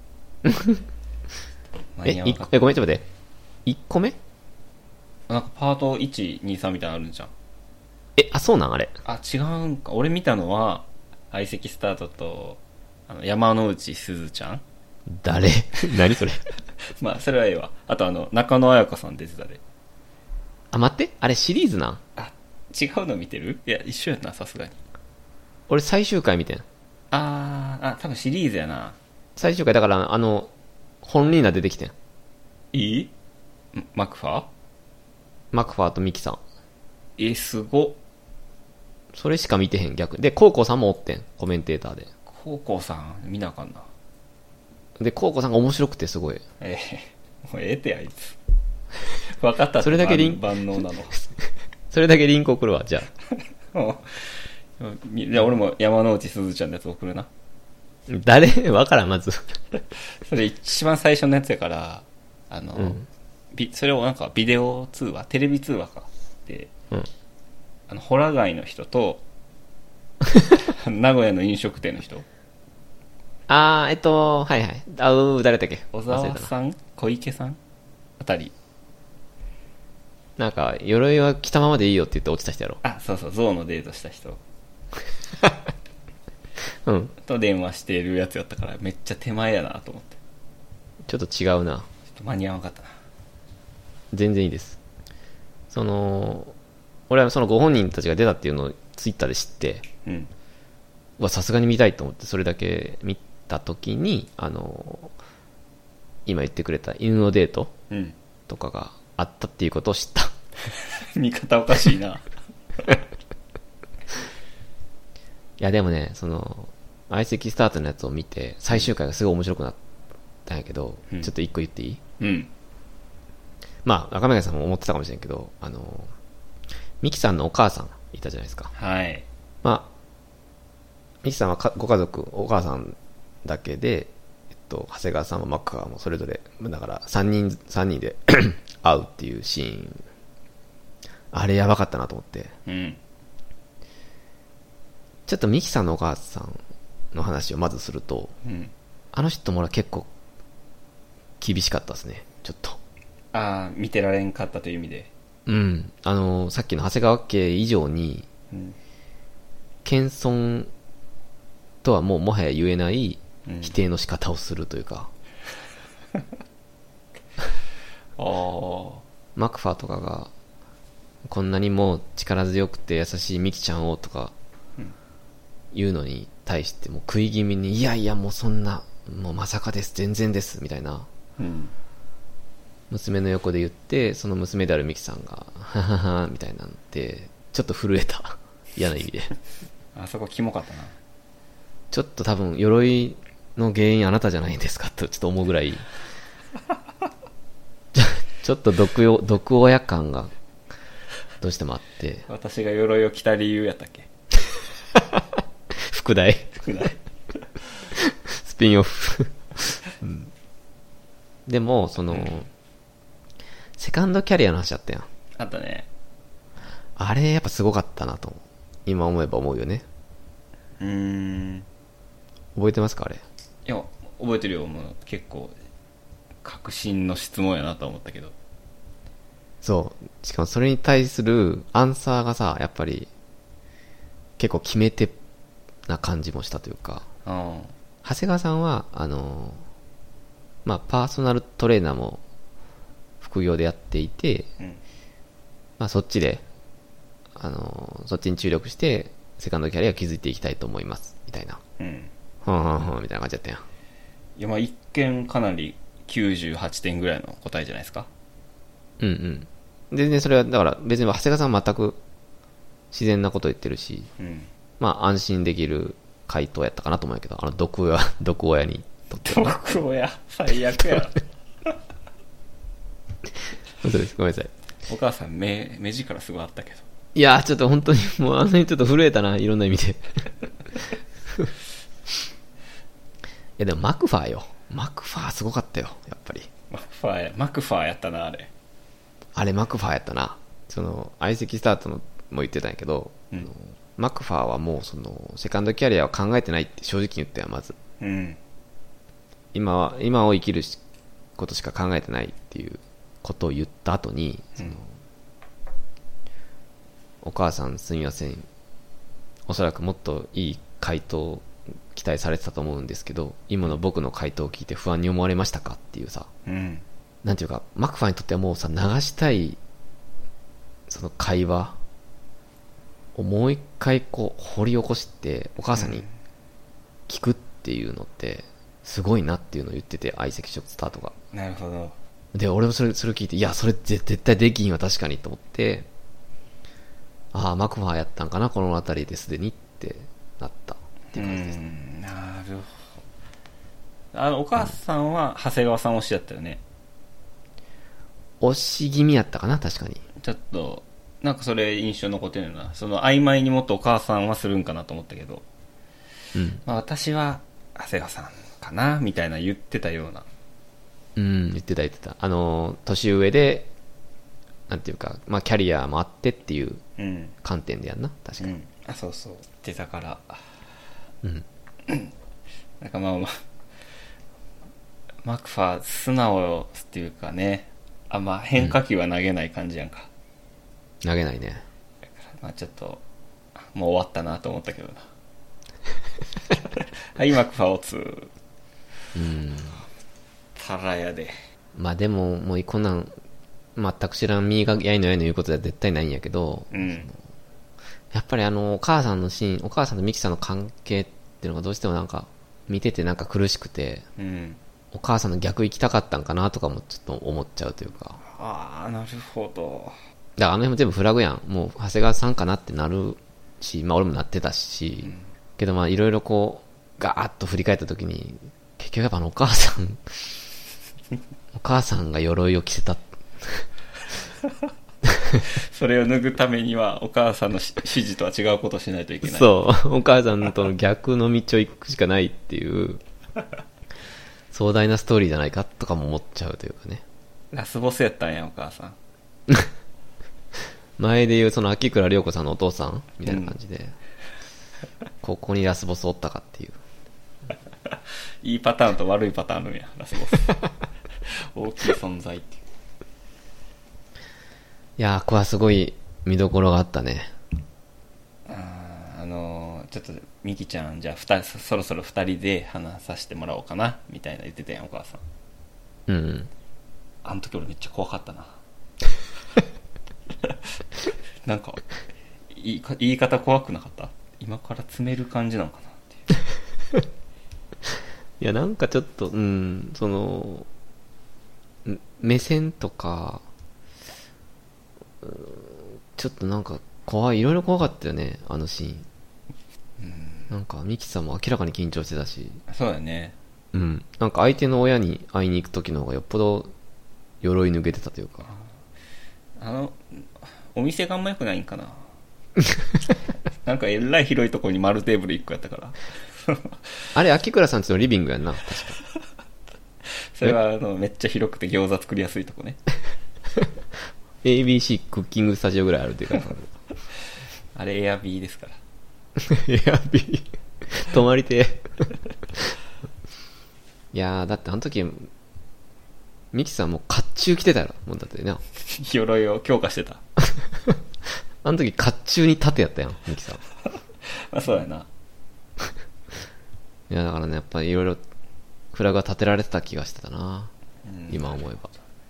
ごめんちょっと待って、1個目なんかパート1、2、3みたいなのあるんじゃん。 あ、そうなん？あれあ、違うんか。俺見たのは相席スタートと山之内すずちゃん。 誰何それまあそれはええわ。あと中野彩香さん出てたで。 あ、待って、あれシリーズなん？ あ、違うの見てる？いや一緒やな、さすがに。 俺最終回見てん。 多分シリーズやな。 最終回だから、本リーナ出てきてん。 いい？マクファーとミキさん。 すごっ。 それしか見てへん、逆で。コウコさんもおってん、コメンテーターで。 コウコさん見なあかんな。 で、コウコさんが面白くてすごい。 もうってあいつ分かったって。 それだけ万能なのそれだけリンク送るわ、じゃあじゃあ俺も山之内すずちゃんのやつ送るな。 誰わからん、まずそれ一番最初のやつやから、それをなんかビデオ通話、テレビ通話かで、ホラガイの人と名古屋の飲食店の人、 はいはい、誰だっけ、 小沢さん、小池さんあたり、 なんか鎧は着たままでいいよって言って落ちた人やろ。 あ、そうそう、ゾウのデートした人と電話してるやつやったから、めっちゃ手前やなと思って。 ちょっと違うな。 ちょっと間に合わなかったな。 全然いいです。俺はそのご本人たちが出たっていうのをツイッターで知って、さすがに見たいと思って、それだけ見たときに、今言ってくれた犬のデートとかがあったっていうことを知った。 見方おかしいな。 いやでもね、相席スタートのやつを見て、最終回がすごい面白くなったんやけど、ちょっと一個言っていい？まあ、赤目さんも思ってたかもしれんけど、ミキさんのお母さんいたじゃないですか。 はい。 まあ、ミキさんはご家族、お母さんだけで、長谷川さんもマッカーもそれぞれ、だから3人で会うっていうシーン、あれやばかったなと思って。ちょっとミキさんのお母さんの話をまずすると、あの人も結構厳しかったですね、ちょっと。 見てられんかったという意味で。 さっきの長谷川家以上に、謙遜とはもはや言えない否定の仕方をするというか、マクファーとかがこんなにも力強くて優しいミキちゃんをとか言うのに対しても食い気味に、いやいやもうそんな、もうまさかです、全然ですみたいな、娘の横で言って、その娘であるミキさんがはははみたいなんでちょっと震えた。嫌な意味であそこキモかったな。 ちょっと多分鎧の原因あなたじゃないんですかとちょっと思うぐらいちょっと毒親感がどうしてもあって。 私が鎧を着た理由やったっけ副題スピンオフでもセカンドキャリアの話あったやん。 あったね。 あれやっぱすごかったなと今思えば思うよね。 覚えてますかあれ。 いや、覚えてるよ。もう結構、確信の質問やなと思ったけど。 そう。しかもそれに対するアンサーがさ、やっぱり、結構決め手な感じもしたというか、 あ長谷川さんは、まあ、パーソナルトレーナーも副業でやっていて、 あ、うん。 まあ、そっちで、そっちに注力して、セカンドキャリアを築いていきたいと思います。みたいな。 うん。 はんはんはんみたいな感じだったやん。 いや、まあ一見かなり98点ぐらいの答えじゃないですか。 うんうん。全然それは、だから別に長谷川さんは全く自然なこと言ってるし、 うん。 まあ安心できる回答やったかなと思うんやけど、毒親にとっては。 毒親、最悪や。 本当です。ごめんなさい。 お母さん目力すごいあったけど。 いやー、ちょっと本当にもうあの辺ちょっと震えたな、いろんな意味で。いやでもマクファーよ。マクファーすごかったよ、やっぱり。 マクファーやったな、あれ。 あれマクファーやったな。相席スタートのも言ってたんやけど、 うん。 マクファーはもうセカンドキャリアを考えてないって正直言ったよ、まず。 うん。 今を生きることしか考えてないっていうことを言った後に、お母さんすみません。おそらくもっといい回答を期待されてたと思うんですけど、今の僕の回答を聞いて不安に思われましたかっていうさ、 うん。 なんていうか、マクファーにとってはもうさ、流したい、その会話をもう一回こう掘り起こして、お母さんに聞くっていうのって、すごいなっていうのを言ってて、相席食スタートが。 なるほど。 で、俺もそれ聞いて、いや、それ絶対できひんわ、確かにと思って、ああ、マクファーやったんかな、この辺りですでにってなったっていう感じです。 なるほど。お母さんは長谷川さん推しだったよね。 押し気味やったかな、確かに。 ちょっと、なんかそれ印象残ってるよな。その曖昧にもっとお母さんはするんかなと思ったけど、まあ私は長谷川さんかな、みたいな言ってたような。 言ってた。年上で、なんていうか、まあキャリアもあってっていう観点でやんな、確かに。 あ、そうそう。言ってたから。なんかまあ、マクファー素直っていうかね、まあ変化球は投げない感じやんか。 投げないね。 まあちょっと、もう終わったなと思ったけどな。はい、マクファーをつ。たらやで。 まあでも、もうこんなん、全く知らん身がやいの言うことでは絶対ないんやけど、やっぱりお母さんのシーン、お母さんとミキさんの関係っていうのがどうしてもなんか、見ててなんか苦しくて、お母さんの逆行きたかったんかなとかもちょっと思っちゃうというか。 ああ、なるほど。 だから辺も全部フラグやん。もう長谷川さんかなってなるし、まあ俺もなってたし、けどまあいろいろこう、ガーッと振り返った時に、結局やっぱお母さん、お母さんが鎧を着せた。 それを脱ぐためにはお母さんの指示とは違うことをしないといけない。 そう。お母さんとの逆の道を行くしかないっていう、壮大なストーリーじゃないかとかも思っちゃうというかね。 ラスボスやったんや、お母さん。 前で言う秋倉涼子さんのお父さんみたいな感じで、ここにラスボスおったかっていう。 いいパターンと悪いパターンあるんや、ラスボス。大きい存在っていう。 いやー、ここはすごい見どころがあったね。 ちょっとミキちゃん、じゃあそろそろ2人で話させてもらおうかなみたいな言ってたやん、お母さん。あの時俺めっちゃ怖かったな。なんか言い方怖くなかった？今から詰める感じなのかなっていう。 いや、なんかちょっと目線とか、ちょっとなんかいろいろ怖かったよね、あのシーン。なんかミキさんも明らかに緊張してたし。 そうだね。 なんか相手の親に会いに行く時の方がよっぽど鎧脱げてたというか。 お店があんま良くないんかな。なんかえらい広いところに丸テーブル1個やったから。 あれ、秋倉さんちのリビングやんな、確か。 それはめっちゃ広くて餃子作りやすいとこね。 ABC クッキングスタジオぐらいあるっていうか。 あれエアビーですから。 エアビー泊まりていやー、だってあの時、ミキさんもう甲冑着てたやろ。もうだってな。 鎧を強化してた。 あの時甲冑に盾やったやん、ミキさん。 あ、そうやな。 いや、だからね、やっぱりいろいろフラグが立てられてた気がしてたな。今思えば。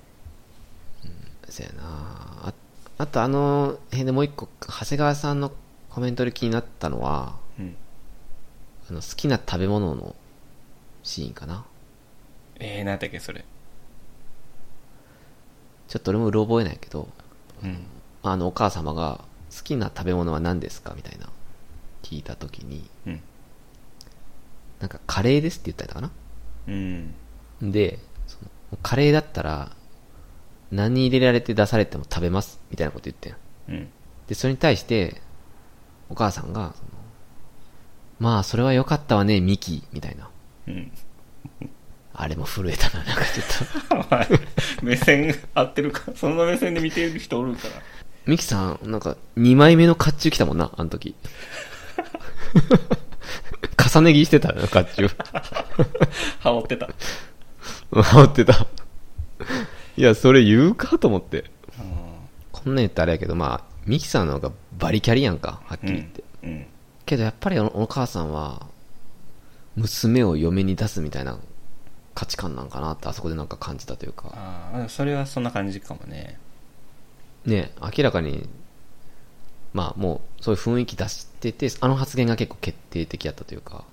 そうやな。あと辺でもう一個、長谷川さんのコメントで気になったのは、好きな食べ物のシーンかな。 何やったっけ、それ。 ちょっと俺もうろ覚えないけど、お母様が好きな食べ物は何ですかみたいな聞いたときに、なんかカレーですって言ったりかな。で、カレーだったら何入れられて出されても食べますみたいなこと言ってん。で、それに対してお母さんがまあそれは良かったわねミキみたいな。あれも震えたな、なんかちょっと目線合ってるか、そんな目線で見てる人おるから。 ミキさんなんか2枚目の甲冑来たもんな、あの時重ね着してたよな、甲冑羽織ってた。 羽織ってた。いや、それ言うかと思って。こんなん言ったらあれやけど、まあミキさんの方がバリキャリやんか、はっきり言って。けどやっぱりお母さんは娘を嫁に出すみたいな価値観なんかなって、あそこでなんか感じたというか。 それはそんな感じかもね。 ね、明らかにまあもうそういう雰囲気出してて、あの発言が結構決定的やったというか、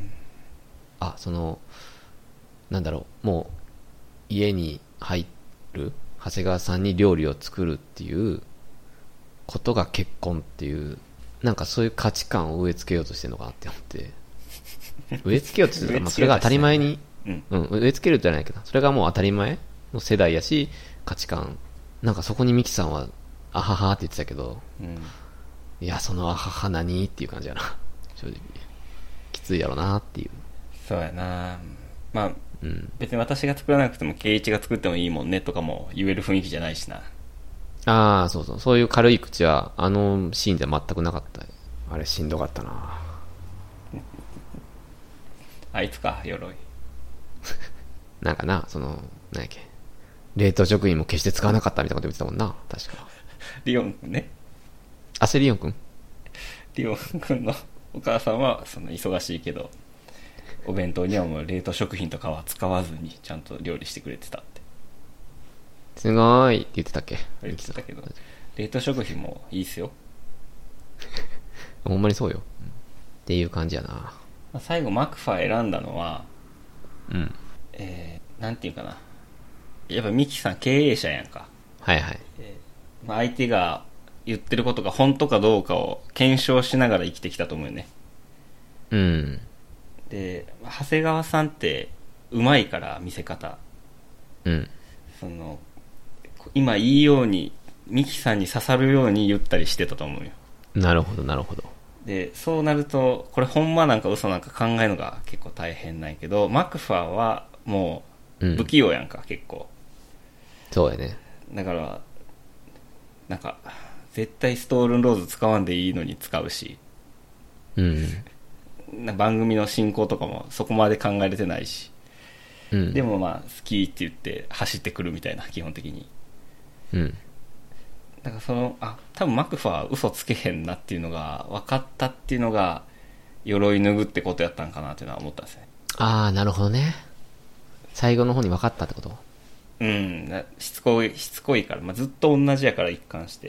なんだろう、もう家に入る長谷川さんに料理を作るっていうことが結婚っていう、なんかそういう価値観を植え付けようとしてるのかなって思って植え付けようとしてるまあそれが当たり前に、植え付けるじゃないけど、それがもう当たり前の世代やし価値観、なんかそこにミキさんはあははって言ってたけど、いや、そのあはは何っていう感じやな正直きついやろなっていう。 そうやな。まあ、別に私が作らなくても圭一が作ってもいいもんねとかも言える雰囲気じゃないしな。 ああ、そうそう、そういう軽い口はあのシーンでは全くなかった。あれしんどかったなあいつか、鎧なんかな、何やっけ、冷凍食品も決して使わなかったみたいなこと言ってたもんな、確か。 リオン君ね。 リオン君リオン君のお母さんはその忙しいけどお弁当にはもう冷凍食品とかは使わずにちゃんと料理してくれてたって。 すごいって言ってたっけ。 言ってたけど冷凍食品もいいっすよほんまにそうよ、っていう感じやな。 最後マクファー選んだのはなんていうかな、やっぱミキさん経営者やんか。 はいはい。 相手が言ってることが本当かどうかを検証しながら生きてきたと思うよね。で長谷川さんってうまいから、見せ方、今いいようにミキさんに刺さるように言ったりしてたと思うよ。 なるほどなるほど。 でそうなるとこれほんまなんか嘘なんか考えるのが結構大変なんやけど、マクファーはもう不器用やんか、結構。 そうやね。 だからなんか絶対ストールンローズ使わんでいいのに使うし、番組の進行とかもそこまで考えれてないし、でもまあ好きって言って走ってくるみたいな、基本的に。だから多分マクファーは嘘つけへんなっていうのが分かったっていうのが鎧脱ぐってことやったんかなっていうのは思ったんですね。 ああ、なるほどね。最後の方に分かったってこと。 しつこいから、ずっと同じやから一貫して、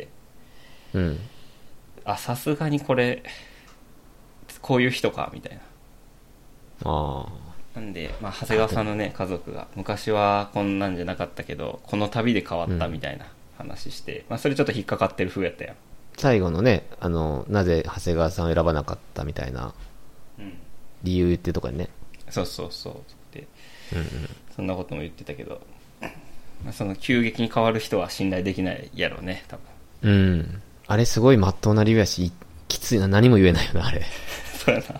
さすがにこれこういう人かみたいな。なんで、長谷川さんのね家族が昔はこんなんじゃなかったけどこの旅で変わったみたいな話して、それちょっと引っかかってる風やったやん。 最後のね、なぜ長谷川さんを選ばなかったみたいな理由言ってるとこにね、 そうで、そんなことも言ってたけど、その急激に変わる人は信頼できないやろうね、多分。 あれすごい真っ当な理由やし、きついな、何も言えないよなあれそうやな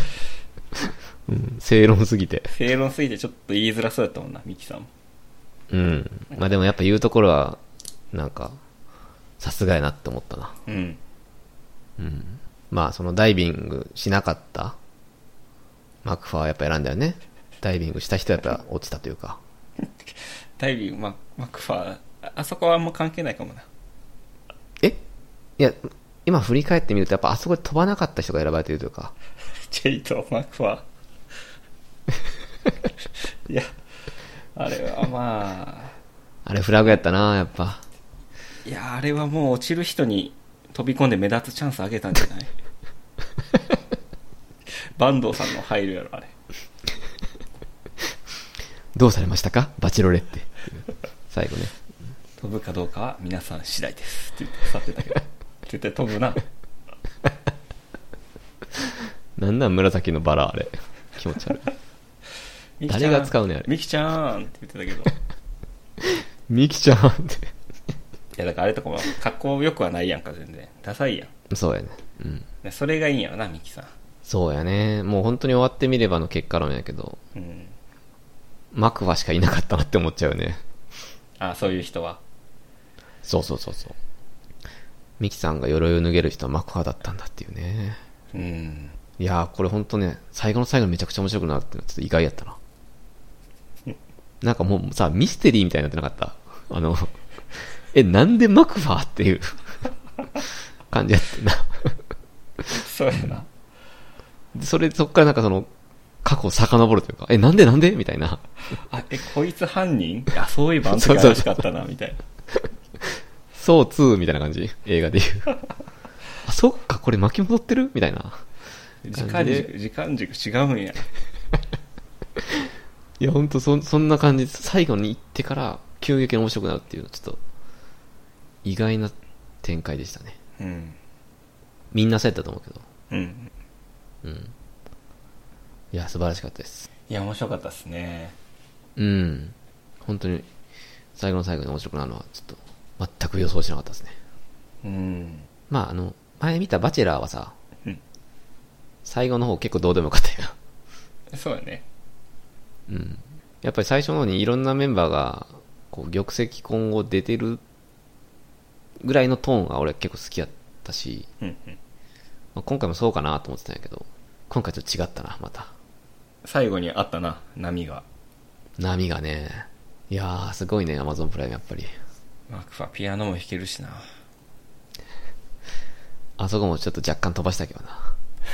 正論すぎてちょっと言いづらそうやったもんな、ミキさんも。 でもやっぱ言うところはなんかさすがやなって思ったな。そのダイビングしなかったマクファーはやっぱ選んだよね。ダイビングした人はやっぱ落ちたというか。 ダイビング、マクファー、あそこはあんま関係ないかもな。 いや、今振り返ってみるとやっぱあそこで飛ばなかった人が選ばれているというか。 ジェイとマクファー。いや、あれはまあ。 あれフラグやったな、やっぱ。 いや、あれはもう落ちる人に飛び込んで目立つチャンスあげたんじゃない？坂東さんの入るやろ、あれ。 どうされましたかバチロレって最後ね。 飛ぶかどうかは皆さん次第ですって言って去ってたけど絶対飛ぶな。 なんなん紫のバラ、あれ気持ち悪い。誰が使うねあれ。 ミキちゃんって言ってたけどミキちゃんって。 いやだからあれとかも格好よくはないやんか、全然ダサいやん。 そうやね。うん。 それがいいんやろな、ミキさん。 そうやね。もう本当に終わってみればの結果論やけど、 うん。 マクファしかいなかったなって思っちゃうね。 あ、そういう人は。 そうそうそうそう。ミキさんが鎧を脱げる人はマクファだったんだっていうね。 うん。 いやーこれ本当ね、最後の最後にめちゃくちゃ面白くなるってのはちょっと意外やったな。なんかもうさ、ミステリーみたいになってなかった？なんでマクファーっていう感じやってんな。 そうやな。 そっからなんかその、過去を遡るというか、なんでみたいな。 あ、こいつ犯人？あ、そういえばあの時怪しかったな、みたいな。 そう2みたいな感じ、映画でいう。あ、そっか、これ巻き戻ってるみたいな。 時間軸違うんや。 いや、ほんとそんな感じで、最後に行ってから急激に面白くなるっていうのはちょっと、意外な展開でしたね。 うん。 みんなそうやったと思うけど。 うん。 うん。いや、素晴らしかったです。 いや、面白かったですね。 うん。本当に、最後の最後に面白くなるのは、ちょっと、全く予想しなかったですね。 うん。 まあ、前見たバチェラーはさ、 うん。 最後の方結構どうでもよかったよ。 そうやね。 うん。やっぱり最初の方にいろんなメンバーが、こう、玉石混合出てるぐらいのトーンが俺結構好きやったし、 うんうん。 まあ、今回もそうかなと思ってたんやけど、今回ちょっと違ったな、また。 最後にあったな、波が。 波がね、いやー、すごいね、アマゾンプライムやっぱり。 マクファピアノも弾けるしな。 あそこもちょっと若干飛ばしたけどな。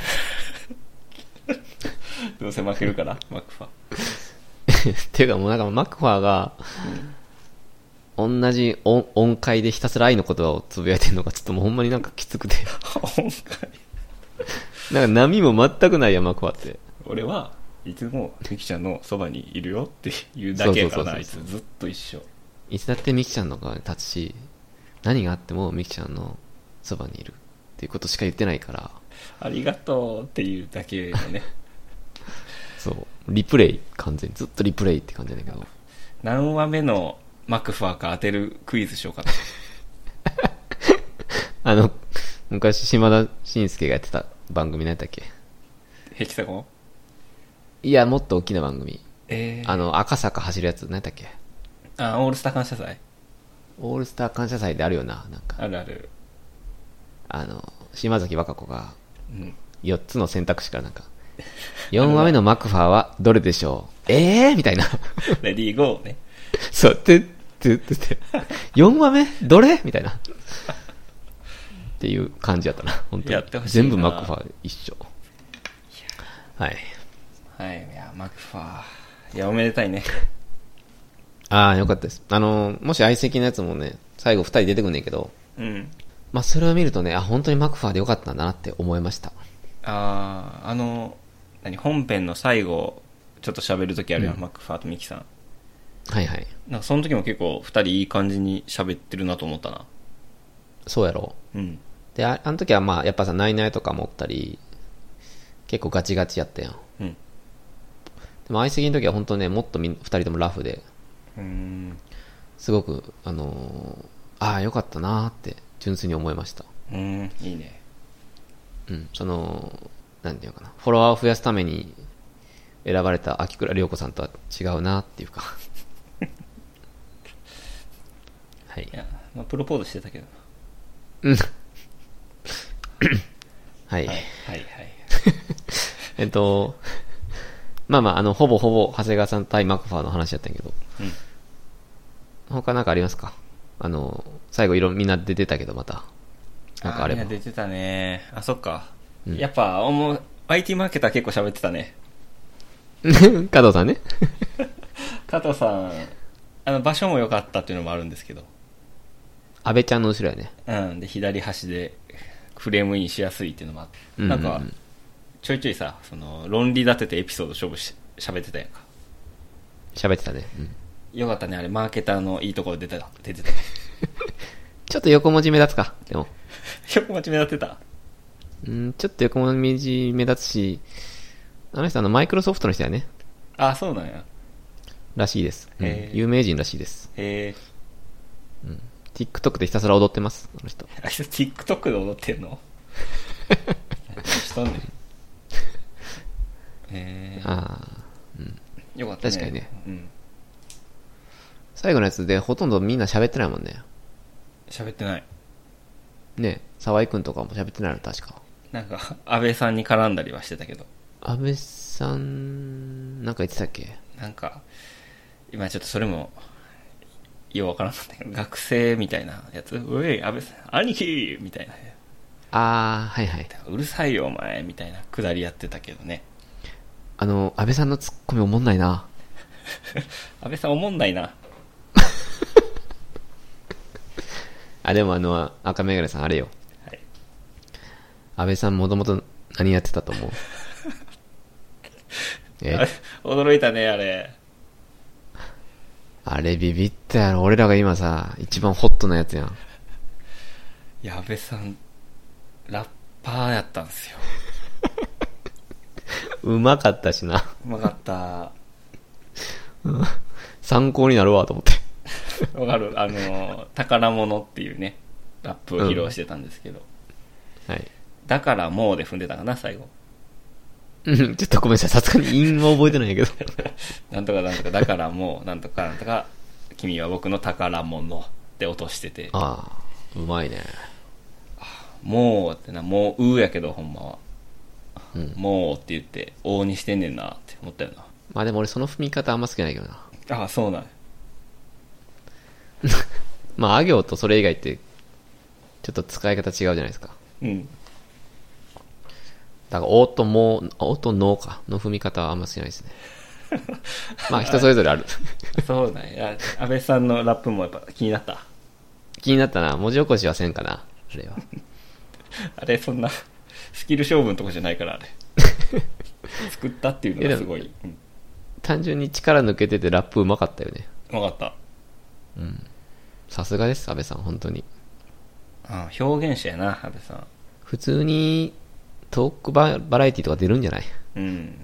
どうせ負けるからマクファ。 っていうかもうなんかマクファーが、同じ音階でひたすら愛の言葉をつぶやいてるのがちょっともうほんまになんかきつくて。 音階なんか波も全くないや、マクファーって。 俺はいつもミキちゃんのそばにいるよっていうだけやからな、あいつずっと一緒。 いつだってミキちゃんの側に立つし、何があってもミキちゃんのそばにいるっていうことしか言ってないから。 ありがとうっていうだけのね。 そう。リプレイ、完全に。ずっとリプレイって感じだけど。 何話目のマクファーか当てるクイズしようかな。 昔島田紳介がやってた番組何やったっけ？ ヘキサゴン？ いや、もっと大きな番組。赤坂走るやつ何やったっけ？ あ、オールスター感謝祭。 オールスター感謝祭であるよな、なんか。 あるある。 島崎和歌子が、 うん。 4つの選択肢からなんか、4話目のマクファーはどれでしょう？みたいな。 レディーゴーね。 そう、て、4話目どれみたいな。っていう感じやったな、本当に。 やってほしいな。 全部マクファー一緒。はい。 はい、いや、マクファー。いや、おめでたいね。 ああ、よかったです。もし相席のやつもね、最後2人出てくんねんけど、 うん。 まあ、それを見るとね、本当にマクファーでよかったんだなって思いました。 本編の最後、ちょっと喋るときあるやん、 うんマクファーとミキさん。 はいはい。 なんかその時も結構2人いい感じに喋ってるなと思ったな。 そうやろ。 うん。 で、あの時はまあ、やっぱさ、ナイナイとか持ったり、結構ガチガチやったやん。 うん。 でも相席の時は本当ね、もっと2人ともラフで、すごく、よかったなーって純粋に思いました。 いいね。 うん、なんていうのかな、フォロワーを増やすために選ばれた秋倉涼子さんとは違うなっていうか。はい。 いや、まあ、プロポーズしてたけどうん。はい。 はいはいはい。 まあまあ、ほぼほぼ、長谷川さん対マクファーの話やったんやけど。 うん。 他なんかありますか？最後みんな出てたけど、また。なんかあれば。 みんな出てたね。あ、そっか。 うんやっぱ、IT マーケター結構喋ってたね。 加藤さんね。 加藤さん、場所も良かったっていうのもあるんですけど。 安倍ちゃんの後ろやね。 うん。で、左端でフレームインしやすいっていうのもあって。 うんうんうんなんか、ちょいちょいさ、論理立ててエピソード喋ってたやんか。 喋ってたね。うん。 よかったね、あれ、マーケターのいいところ出てた。 ちょっと横文字目立つか、でも。 横待ち目立ってた。 ちょっと横文字目立つし、あの人マイクロソフトの人やね。 あ、そうなんや。 らしいです。 へー有名人らしいです。 へえ。 TikTok でひたすら踊ってます、あの人。 あいつ TikTok で踊ってんの何しとんねん。へえ。 あよかったね。 確かにね。 うん。 最後のやつでほとんどみんな喋ってないもんね。 喋ってない。 ね、沢井くんとかも喋ってないの、確か。 なんか、安倍さんに絡んだりはしてたけど。 安倍さん、なんか言ってたっけ？ なんか、今ちょっとそれも、ようわからんかったけど、学生みたいなやつ、うい、安倍さん、兄貴みたいな。 はいはい。 うるさいよ、お前みたいなくだりやってたけどね。 安倍さんのツッコミおもんないな。 安倍さんおもんないな。 でも赤メガネさんあれよ。 はい。 安倍さんもともと何やってたと思う？ 驚いたね、あれ。 あれビビったやろ。俺らが今さ、一番ホットなやつやん。 いや、安倍さん、ラッパーやったんですよ。 うまかったしな。 うまかった。 参考になるわと思って。 わかる。宝物っていうね、ラップを披露してたんですけど。 はい。 だからもうで踏んでたかな、最後。 ちょっとごめんなさい。さすがに韻は覚えてないんやけど。 なんとかなんとか、だからもう、なんとかなんとか、君は僕の宝物って落としてて。 ああ、うまいね。 もうってな、もうやけど、ほんまは。 うんもうって言って、王にしてんねんなって思ったよまあでも俺その踏み方あんま好きないけどな。 な。あ、そうなんや。 まあ、あ行とそれ以外って、ちょっと使い方違うじゃないですか。 うん。 だから、おとも、おとのか、の踏み方はあんま好きないですね。まあ、人それぞれある。 そうなんや。安倍さんのラップもやっぱ気になった。 気になったな。文字起こしはせんかな。あれは。 あれ、そんな、スキル勝負のとこじゃないから、あれ。作ったっていうのがすごい。 単純に力抜けててラップうまかったよね。 分かった。 さすがです、安倍さん、本当に。 表現者やな、安倍さん。 普通に、トークバラエティとか出るんじゃない？ うん。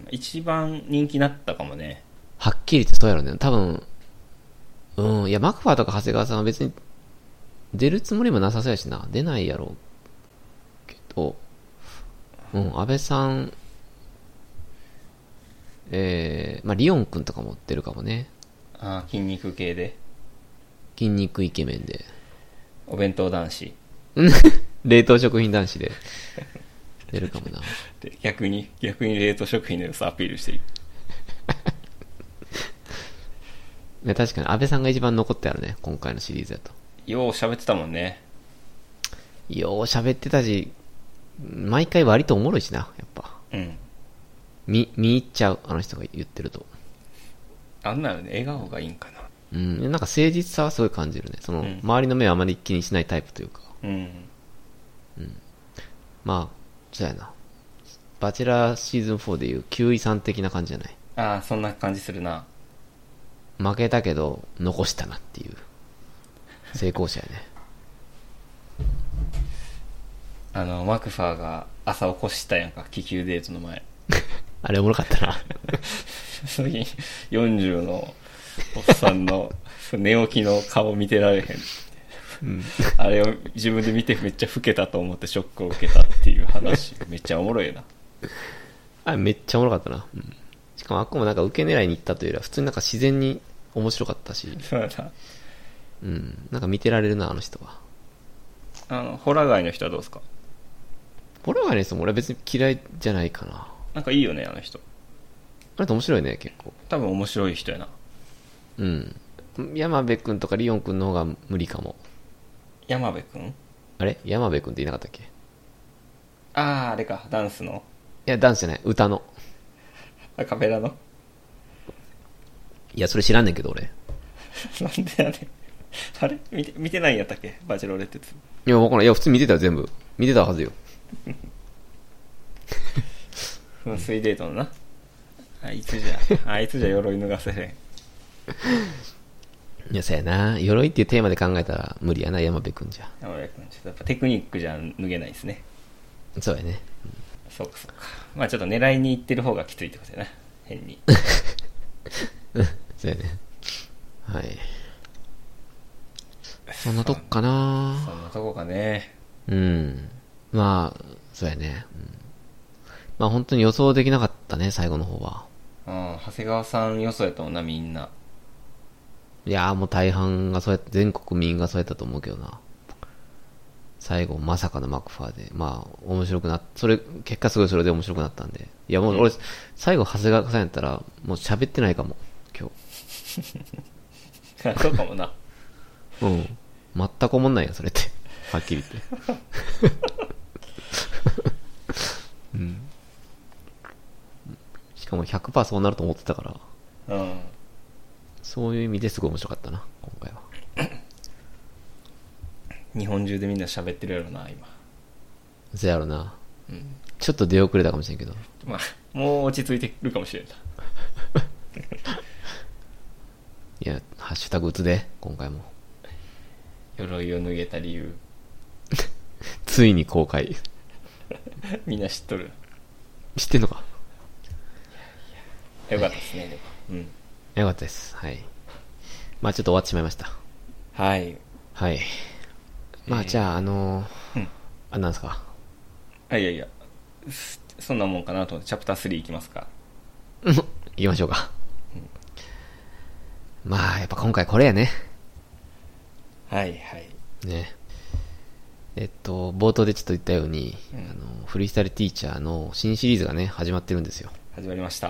一番人気になったかもね。 はっきり言ってそうやろね。多分、いや、マクファーとか長谷川さんは別に、出るつもりもなさそうやしな。出ないやろうけど、安倍さん、まあ、リオンくんとかも出るかもね。 筋肉系で。 筋肉イケメンで。 お弁当男子。 冷凍食品男子で出るかもな。 で、逆に冷凍食品の良さアピールしている。 ね、確かに安倍さんが一番残ってあるね、今回のシリーズだと。 よう喋ってたもんね。 よう喋ってたし、毎回割とおもろいしな、やっぱ。 うん。 見入っちゃう、あの人が言ってると。 あんなのね、笑顔がいいんかな。 なんか誠実さはすごい感じるね。周りの目をあまり気にしないタイプというか。まあ、そうやな。バチェラーシーズン4でいう9位3的な感じじゃない。 そんな感じするな。 負けたけど、残したなっていう。成功者やね。 マクファーが朝起こしたやんか、気球デートの前。 あれおもろかったな。 その時に40のおっさんの寝起きの顔見てられへん。あれを自分で見てめっちゃ老けたと思ってショックを受けたっていう話。めっちゃおもろいな。 あれめっちゃおもろかったな。しかもあっこもなんか受け狙いに行ったというよりは普通になんか自然に面白かったし。 そうやな。 なんか見てられるな、あの人は。 ホラガイの人はどうですか？ ホラガイの人も俺は別に嫌いじゃないかな。 なんかいいよね、あの人。 あれって面白いね、結構。 多分面白い人やな。 うん。山部くんとかリオンくんの方が無理かも。 山部くん？ あれ山部くんって言いなかったっけ？ あれか、ダンスの。 いや、ダンスじゃない、歌の。 アカペラの。 いや、それ知らんねんけど、俺。 なんでやねん。あれ見てないんやったっけ、バチェロレッテツ。 いや、わからん。いや、普通に見てたよ、全部。見てたはずよ。 噴水デートのな。あいつじゃ鎧脱がせへん。 いや、そうやな。鎧っていうテーマで考えたら無理やな、山部くんじゃ。 山部くん、ちょっとやっぱテクニックじゃ脱げないですね。 そうやね。 そうか。まあちょっと狙いに行ってる方がきついってことやな。変に。 そうやね。はい。そんなとこかな。 そんなとこかね。 うん。まあ、そうやね。うん、まあ本当に予想できなかったね、最後の方は。 長谷川さん予想やったもんな、みんな。 いやーもう大半がそうやって、全国民がそうやったと思うけどな。最後まさかのマクファーで、まあ面白くなっ、結果すごいそれで面白くなったんで。いやもう俺、最後長谷川さんやったら、もう喋ってないかも、今そうかもな。 日。うん。全く思んないよ、それって。はっきり言って。うん。しかも 100% そうなると思ってたから。そういう意味ですごい面白かったな、今回は。 日本中でみんな喋ってるやろな、今。 そうやろな。ちょっと出遅れたかもしれんけど。 まあ、もう落ち着いてるかもしれんな。 いや、ハッシュタグ打つで、今回も。 鎧を脱げた理由。 ついに公開。 みんな知っとる。 知ってんのか？ よかったですね、でも。 よかったです。はい。まあちょっと終わってしまいました。 はい。 はい。まあじゃあ、なんですか。 いや、そんなもんかなと思って、チャプター3いきますか。 行きましょうか。まあやっぱ今回これやね。 はい。 ね。冒頭でちょっと言ったように、フリースタイルティーチャーの新シリーズがね、始まってるんですよ。 始まりました。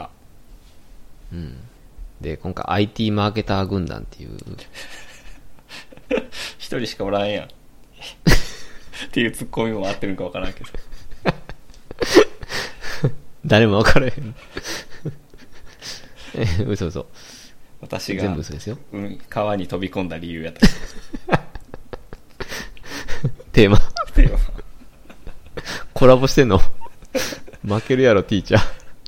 で、今回 IT マーケター軍団っていう。 一人しかおらんやん。っていうツッコミも合ってるかわからんけど。 誰も分からへん。嘘。 私が全部嘘ですよ。 川に飛び込んだ理由やった。 テーマコラボしてんの？負けるやろティーチャー。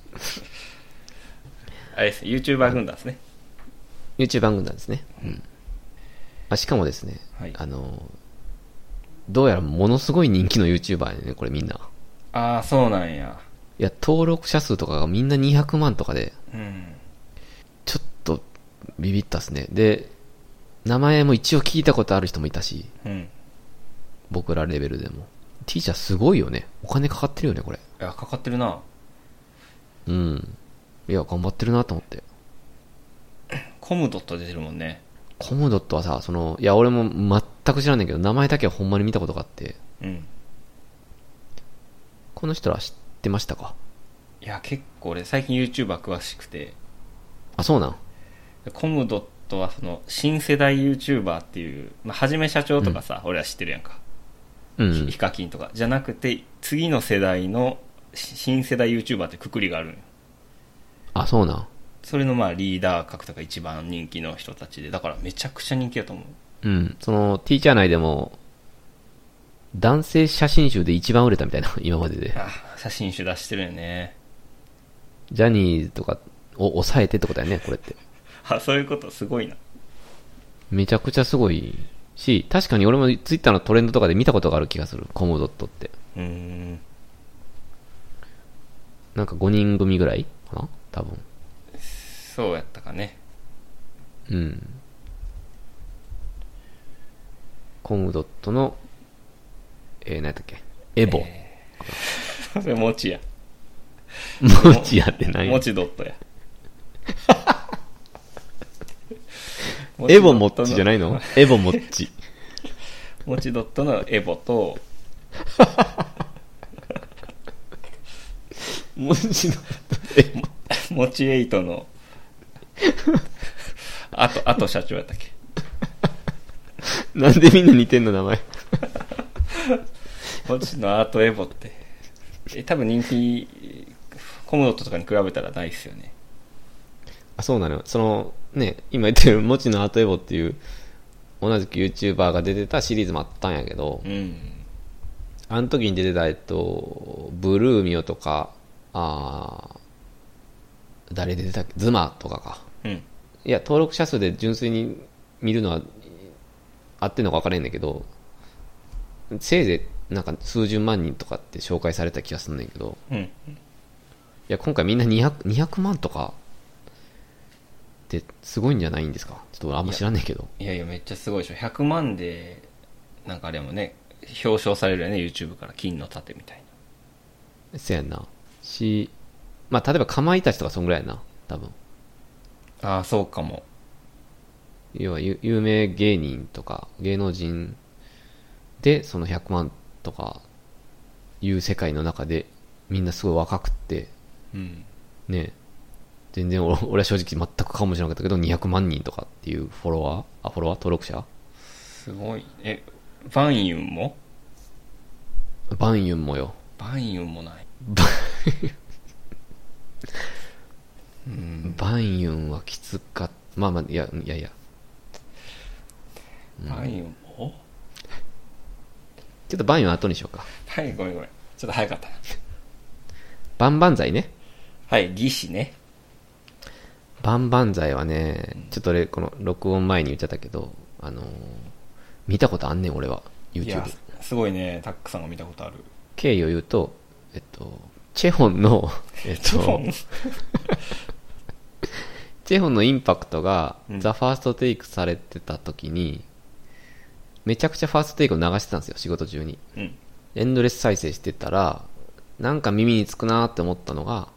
あれです、YouTuber 軍団ですね。 YouTuber 軍団ですね。しかもですね、 はい、 どうやらものすごい人気の YouTuber やね、これみんな。 ああ、そうなんや。 いや、登録者数とかがみんな200万とかで、ちょっとビビったっすね。で、名前も一応聞いたことある人もいたし、僕らレベルでも。ティーチャーすごいよね。お金かかってるよね、これ。 いや、かかってるな。 いや、頑張ってるなと思って。 コムドット出てるもんね。 コムドットはさ、いや、俺も全く知らんねんけど、名前だけはほんまに見たことがあって。この人ら知ってましたか？ いや、結構俺、最近 YouTuber 詳しくて。 あ、そうなん？ コムドットは新世代 YouTuber っていう、はじめ社長とかさ、俺は知ってるやんか。ヒカキンとか。じゃなくて、次の世代の新世代 YouTuber ってくくりがあるのよ。 あ、そうなん？ それのリーダー格とか一番人気の人たちで、だからめちゃくちゃ人気だと思う。 ティーチャー内でも、男性写真集で一番売れたみたいな、今までで。 写真集出してるよね。 ジャニーズとかを抑えてってことだよね、これって。 そういうこと、すごいな。 めちゃくちゃすごいし、確かに俺もツイッターのトレンドとかで見たことがある気がする、コムドットって。なんか5人組ぐらいかな多分。 そうやったかね。 コムドットの、何やったっけ？エボ。 それ、もちや。 もちやって何？ もちドットや。 エボもっちじゃないの？エボもっち。 もちドットのエボと、 もちドットエボ。 モチエイトのあと社長やったっけ。 なんでみんな似てんの名前。 モチのアートエボって多分人気コムドットとかに比べたらないっすよね。 あ、そうなのよ。そのね、今言ってるモチのアートエボっていう同じく YouTuber が出てたシリーズもあったんやけど、 うん。 あの時に出てたブルーミオとか、誰出てたっけ、ズマとかか。 うん。 いや、登録者数で純粋に見るのは合ってんのか分からへんねんけど、せいぜいなんか数十万人とかって紹介された気がするんだけど、 うん。 いや、今回みんな200万とかってすごいんじゃないんですか。ちょっと俺あんま知らんねんけど。 いやいや、めっちゃすごいでしょ。100万で、なんかあれもね、表彰されるよね、YouTube から金の盾みたいせやんな。まあ、例えばかまいたちとかそんぐらいやな。多分。 な。ああ、そうかも。 要は有名芸人とか芸能人でその100万とかいう世界の中でみんなすごい若くってうん。 ね、全然俺は正直全く顔もしなかったけど200万人とかっていうフォロワー登録者。 すごい。バンユンもバンユンもよ。 バンユンもない。うん。 バンユンはきつかった。まあまあ、いや、 バンユンもちょっとバンユン後にしようか。 はい、ごめん。ちょっと早かったな。 バンバンザイね。 はい、義士ね。 バンバンザイはね、ちょっと俺この録音前に言っちゃったけど、見たことあんねん俺は。 いや YouTube。 すごいね、タックさんが見たことある。 経緯を言うと、チェホンの、 チェホンチェホンのインパクトが、 うんザ・ファーストテイクされてた時に、めちゃくちゃファーストテイクを流してたんですよ、仕事中に。 うん。 エンドレス再生してたら、なんか耳につくなーって思ったのが、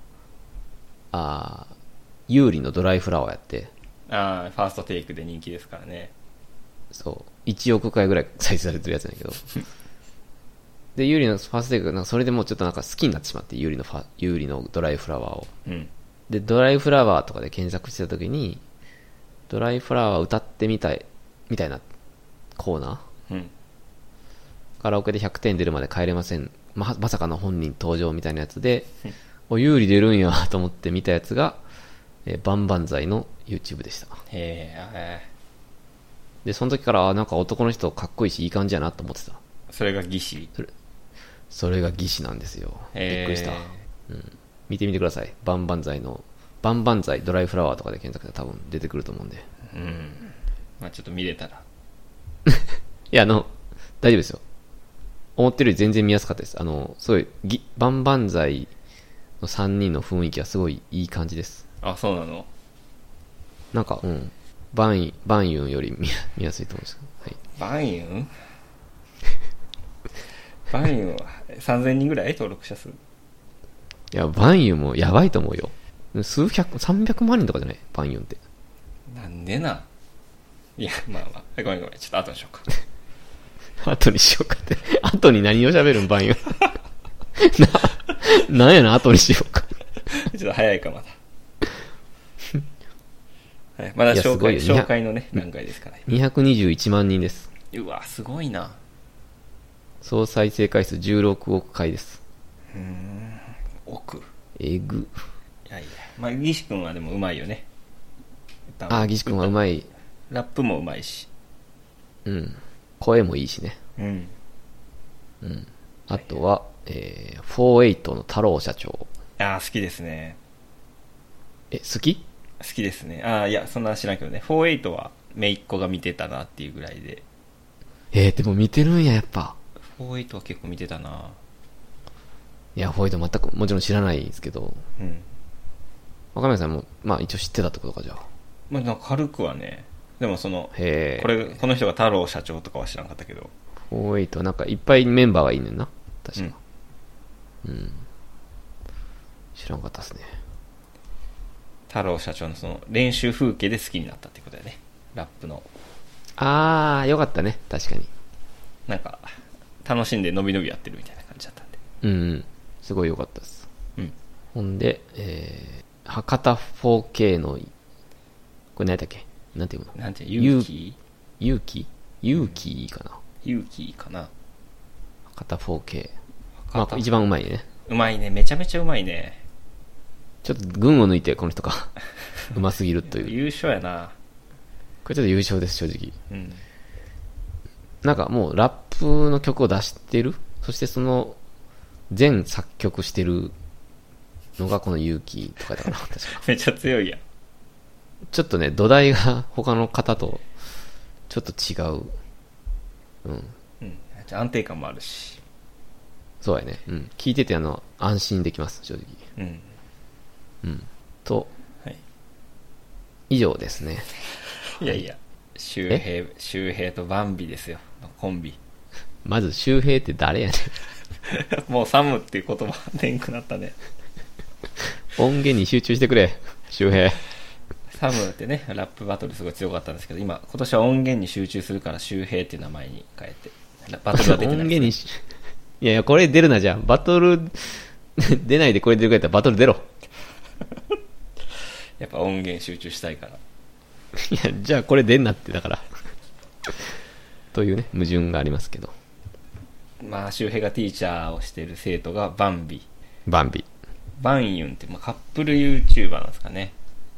ユーリのドライフラワーやって、 ああ、ファーストテイクで人気ですからね。 そう、1億回ぐらい再生されてるやつなんやけど。で、ユーリのファーストテイクが、なんかそれでもうちょっとなんか好きになってしまって、ユーリのドライフラワーを。 うん。 で、ドライフラワーとかで検索してた時に、ドライフラワー歌ってみたい、みたいなコーナー、 うん。 カラオケで100点出るまで帰れません。まさかの本人登場みたいなやつで、お、有利出るんやと思って見たやつが、バンバンザイの YouTube でした。 へで、その時から、なんか男の人かっこいいし、いい感じやなと思ってた。 それが義士。 それが義士なんですよ。びっくりした。うん。見てみてください。バンバンザイドライフラワーとかで検索で多分出てくると思うんで。 うん。まあちょっと見れたら。 いや、大丈夫ですよ。思ってるより全然見やすかったです。すごい、バンバンザイの3人の雰囲気はすごいいい感じです。 あ、そうなの？ なんか、うん。バンユンより見やすいと思うんですけど。はい。 バンユンバンユンは3000人ぐらい登録者数。 いや、バンユンもやばいと思うよ。300万人とかじゃないバンユンって。 なんでな。いや、まあまあ。ごめん。ちょっと後にしようか。 後にしようかって。後に何を喋るんバンユン。なんやな、後にしようか。 ちょっと早いか、まだ。はい、まだ紹介のね、段階ですから。 221万人です。 うわ、すごいな。 総再生回数16億回です。 億。 えぐ。 いや。まあ、義士君はでもうまいよね。 義士君はうまい。 ラップもうまいし。 うん。声もいいしね。 うん。 あとは、48の太郎社長。 ああ、好きですね。 好き？ 好きですね。ああ、いや、そんな知らんけどね。48は姪っ子が見てたなっていうぐらいで。 でも見てるんや、やっぱ。 48は結構見てたな。 いや、48全く、もちろん知らないですけど。 うん。 若宮さんも、まあ一応知ってたってことか、じゃあ。 まあ、なんか軽くはね。でもこの人が太郎社長とかは知らんかったけど。 48はなんかいっぱいメンバーがいいねんな。確か。知らんかったですね。 太郎社長のその練習風景で好きになったってことだよね。ラップの。 よかったね。確かに。 なんか、楽しんで伸び伸びやってるみたいな感じだったんで。 すごいよかったです。 うん。 ほんで、 博多 4K の、これ何だっけ、なんていうの、 なんていうの、 勇気かな。 勇気かな。 博多 4K。 博多まあ、一番うまいね。 うまいね。めちゃめちゃうまいね。 ちょっと群を抜いて、この人が。うますぎるという。 優勝やな。 これちょっと優勝です、正直。 うん。 なんかもう、ラップの曲を出してる。そしてその、全作曲してるのがこの勇気とかだから、確か。 めっちゃ強いやん。 ちょっとね、土台が他の方と、ちょっと違う。うん。 うん。安定感もあるし。 そうやね。うん。聞いてて安心できます、正直。 うん。 うん。と、 はい。 以上ですね。 いやいや、周平とバンビですよ。コンビ。 まず、周平って誰やねん。 もうサムっていう言葉出んくなったね。 音源に集中してくれ、周平。 サムってね、ラップバトルすごい強かったんですけど、今年は音源に集中するから周平っていう名前に変えて、バトルは出てないです、ね。 音源にいやいや、これ出るな、じゃあ。バトル、出ないでこれ出るかやったらバトル出ろ。 やっぱ音源集中したいから。 いや、じゃあこれ出んなって、だから。というね、矛盾がありますけど。 まあ、周平がティーチャーをしている生徒がバンビ。 バンビ。 バンユンって、まあ、カップル YouTuber なんですかね。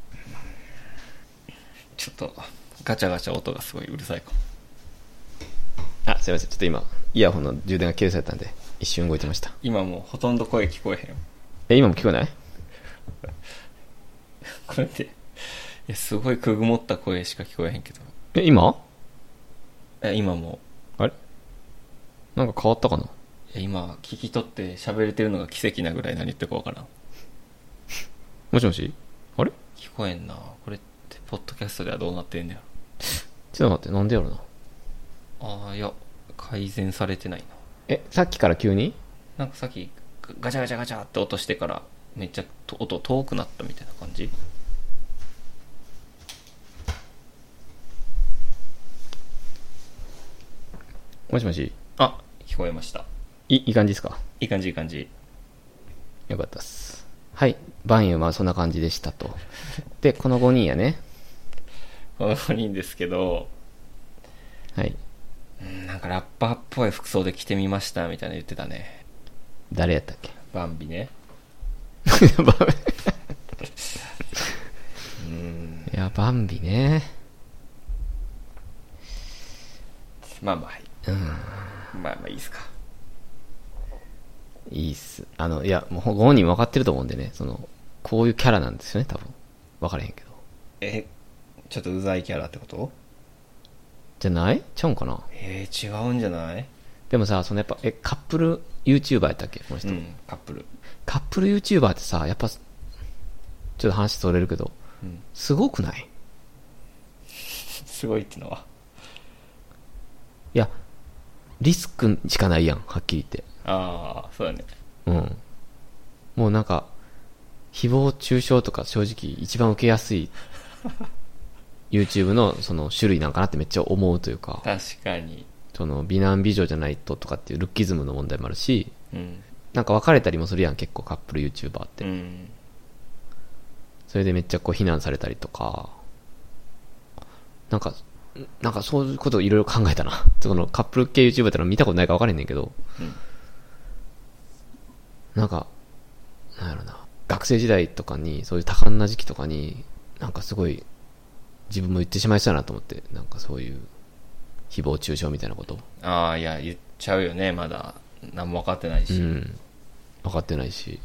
ちょっと、ガチャガチャ音がすごいうるさいかも。 あ、すいません。ちょっと今、イヤホンの充電が切れされたんで、一瞬動いてました。 今もうほとんど声聞こええ、今も聞こえない？ へん。これって、いや、すごいくぐもった声しか聞こえへんけど。 え、今今もあれなんか変わったかな？ 今、聞き取って喋れてるのが奇跡なぐらい何言ってるかわからん。 もしもし？あれ聞こえんな。これって、ポッドキャストではどうなってんだよ。 ちょっと待って、なんでやろな。 ああ、いや、改善されてないな。 え、さっきから急に？ なんかさっき、ガチャガチャガチャって音してから、めっちゃ音遠くなったみたいな感じ。 もしもし？ あ、聞こえました。 いい感じですか？ いい感じいい感じ。 よかったっす。はい。バンユはそんな感じでしたと。で、この5人やね。 この5人ですけど、 はい。 なんかラッパーっぽい服装で着てみましたみたいな言ってたね。 誰やったっけ？ バンビね。 いや、バンビね。 まあまあ、はい。まあまあいいっすか。 いいっす。いや、もうご本人分かってると思うんでね、こういうキャラなんですよね、多分。分からへんけど。 ちょっとうざいキャラってこと？ じゃないちゃうんかな？ 違うんじゃない？ でもさ、やっぱ、カップル YouTuber やったっけこの人。 うん、カップル。 カップル YouTuber ってさ、やっぱ、ちょっと話それるけど、すごくない？ すごいってのは。 いや、リスクしかないやん、はっきり言って。 ああ、そうだね。 うん。もうなんか、誹謗中傷とか正直一番受けやすい YouTube のその種類なんかなってめっちゃ思うというか。 確かに。 美男美女じゃないととかっていうルッキズムの問題もあるし、 うん。 なんか別れたりもするやん、結構カップル YouTuber って。 うん。 それでめっちゃこう非難されたりとか、なんかそういうことをいろいろ考えたな。このカップル系 YouTuber ってのは見たことないか分かれんねんけど、なんか、なんやろな。学生時代とかに、そういう多感な時期とかに、なんかすごい、自分も言ってしまいそうだなと思って、なんかそういう、誹謗中傷みたいなことを。 ああ、いや、言っちゃうよね、まだ。何も分かってないし。 うん。分かってないし。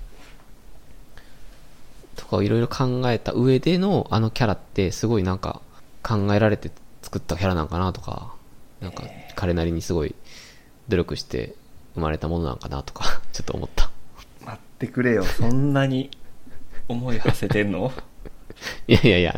とかいろいろ考えた上でのあのキャラってすごいなんか考えられて作ったキャラなんかなとか、なんか彼なりにすごい努力して生まれたものなんかなとか、ちょっと思った。 待ってくれよ、そんなに思い馳せてんの？ いやいやいや、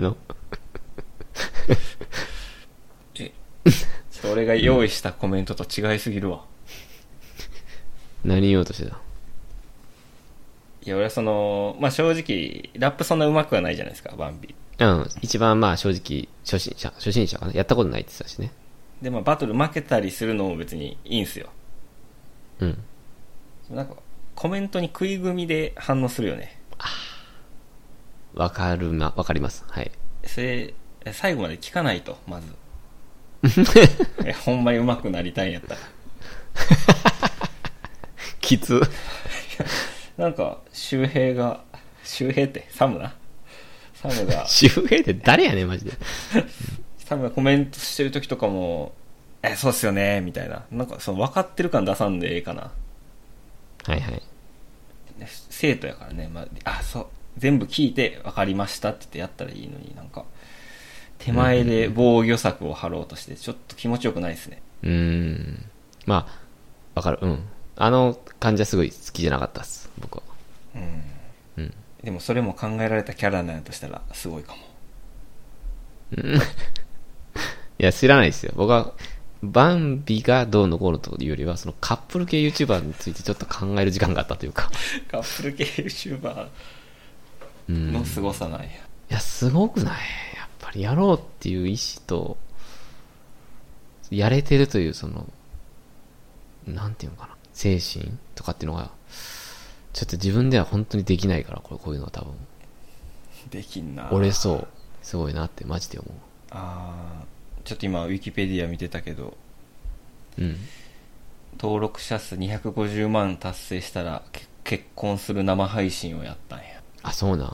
俺が用意したコメントと違いすぎるわ。 何言おうとしてた？ いや、俺はまあ、正直、ラップそんな上手くはないじゃないですか、バンビ。 うん、一番まあ正直、初心者かな。やったことないって言ってたしね。 で、まあ、バトル負けたりするのも別にいいんすよ。 うん。 なんか、コメントに食い組みで反応するよね。 わかります。はい。 それ、最後まで聞かないと、まず。ほんまに上手くなりたいんやったら。 きつ。 なんか、周平ってサムが、 周平って誰やねん、マジで。 サムがコメントしてる時とかも、そうっすよね、みたいな。なんか、その分かってる感出さんでええかな。 はいはい。 生徒やからね、そう、全部聞いて分かりましたって言ってやったらいいのに、なんか、手前で防御策を張ろうとして、ちょっと気持ちよくないですね。 まあ、わかる。うん。あの感じはすごい好きじゃなかったっす、僕は。うん。 でもそれも考えられたキャラなんやとしたら、すごいかも。 いや、知らないですよ。僕は、バンビがどうのこうのというよりは、そのカップル系 YouTuber についてちょっと考える時間があったというか。 カップル系 YouTuber の凄さなんや。いや、すごくない？やっぱりやろうっていう意志と、やれてるという、その、なんていうのかな、精神とかっていうのが、ちょっと自分では本当にできないから、こういうのは多分。 できんな。 俺そう。すごいなってマジで思う。 ちょっと今ウィキペディア見てたけど、登録者数250万達成したら結婚する生配信をやったんや。 あ、そうなん。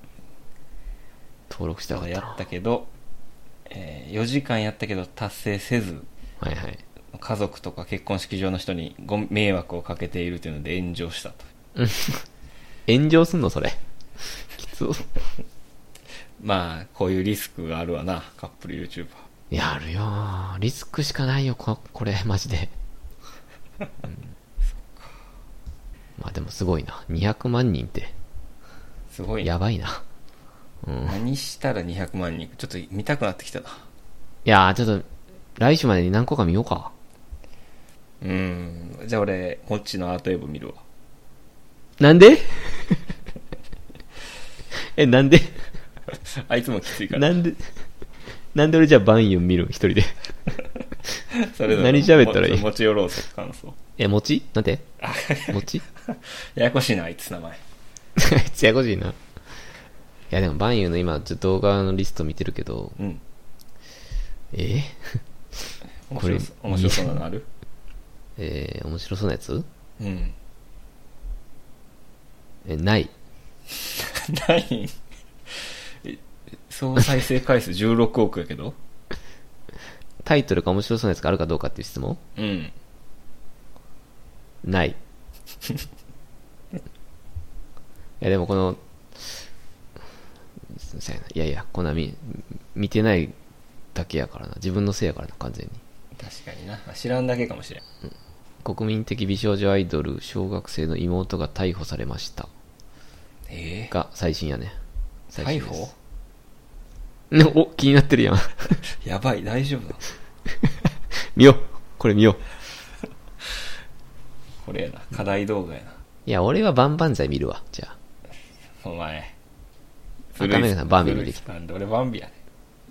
登録したかったな。 やったけど、4時間やったけど達成せず、 はいはい。 家族とか結婚式場の人にご迷惑をかけているというので炎上したと。 炎上すんのそれ。きつ。 まあこういうリスクがあるわな、カップル YouTuber。 いや、あるよ。リスクしかないよ、これ、マジで。そっか。まあでもすごいな。200万人って。 すごいな。やばいな。 何したら200万人？ちょっと見たくなってきたな。 いやー、ちょっと、来週までに何個か見ようか。 じゃあ俺、こっちのアートエブ見るわ。 なんでなんであいつもきついから。 なんで俺じゃあバンユン見る一人で。 それ何喋ったらいい？ 持ち寄ろうぜ、感想。 餅なんて餅ややこしいな、あいつ名前。 あいつややこしいな。いやでもバンユンの今、ちょっと動画のリスト見てるけど、 これ面白そうなのある？ 面白そうなやつ？ないない総再生回数16億やけどタイトルが面白そうなやつがあるかどうかっていう質問？ない。いやでもこのいやこんな見てないだけやからな。自分のせいやからな、完全に。 確かにな。知らんだけかもしれん。 国民的美少女アイドル小学生の妹が逮捕されました。が最新やね。 逮捕？ お、気になってるやん。 やばい、大丈夫だ。 見よう。これ見よう。 これやな、課題動画やな。 いや、俺はバンバンザイ見るわ、じゃあ。 お前。 カメラさんバンビ見てきた。なんで俺バンビやね。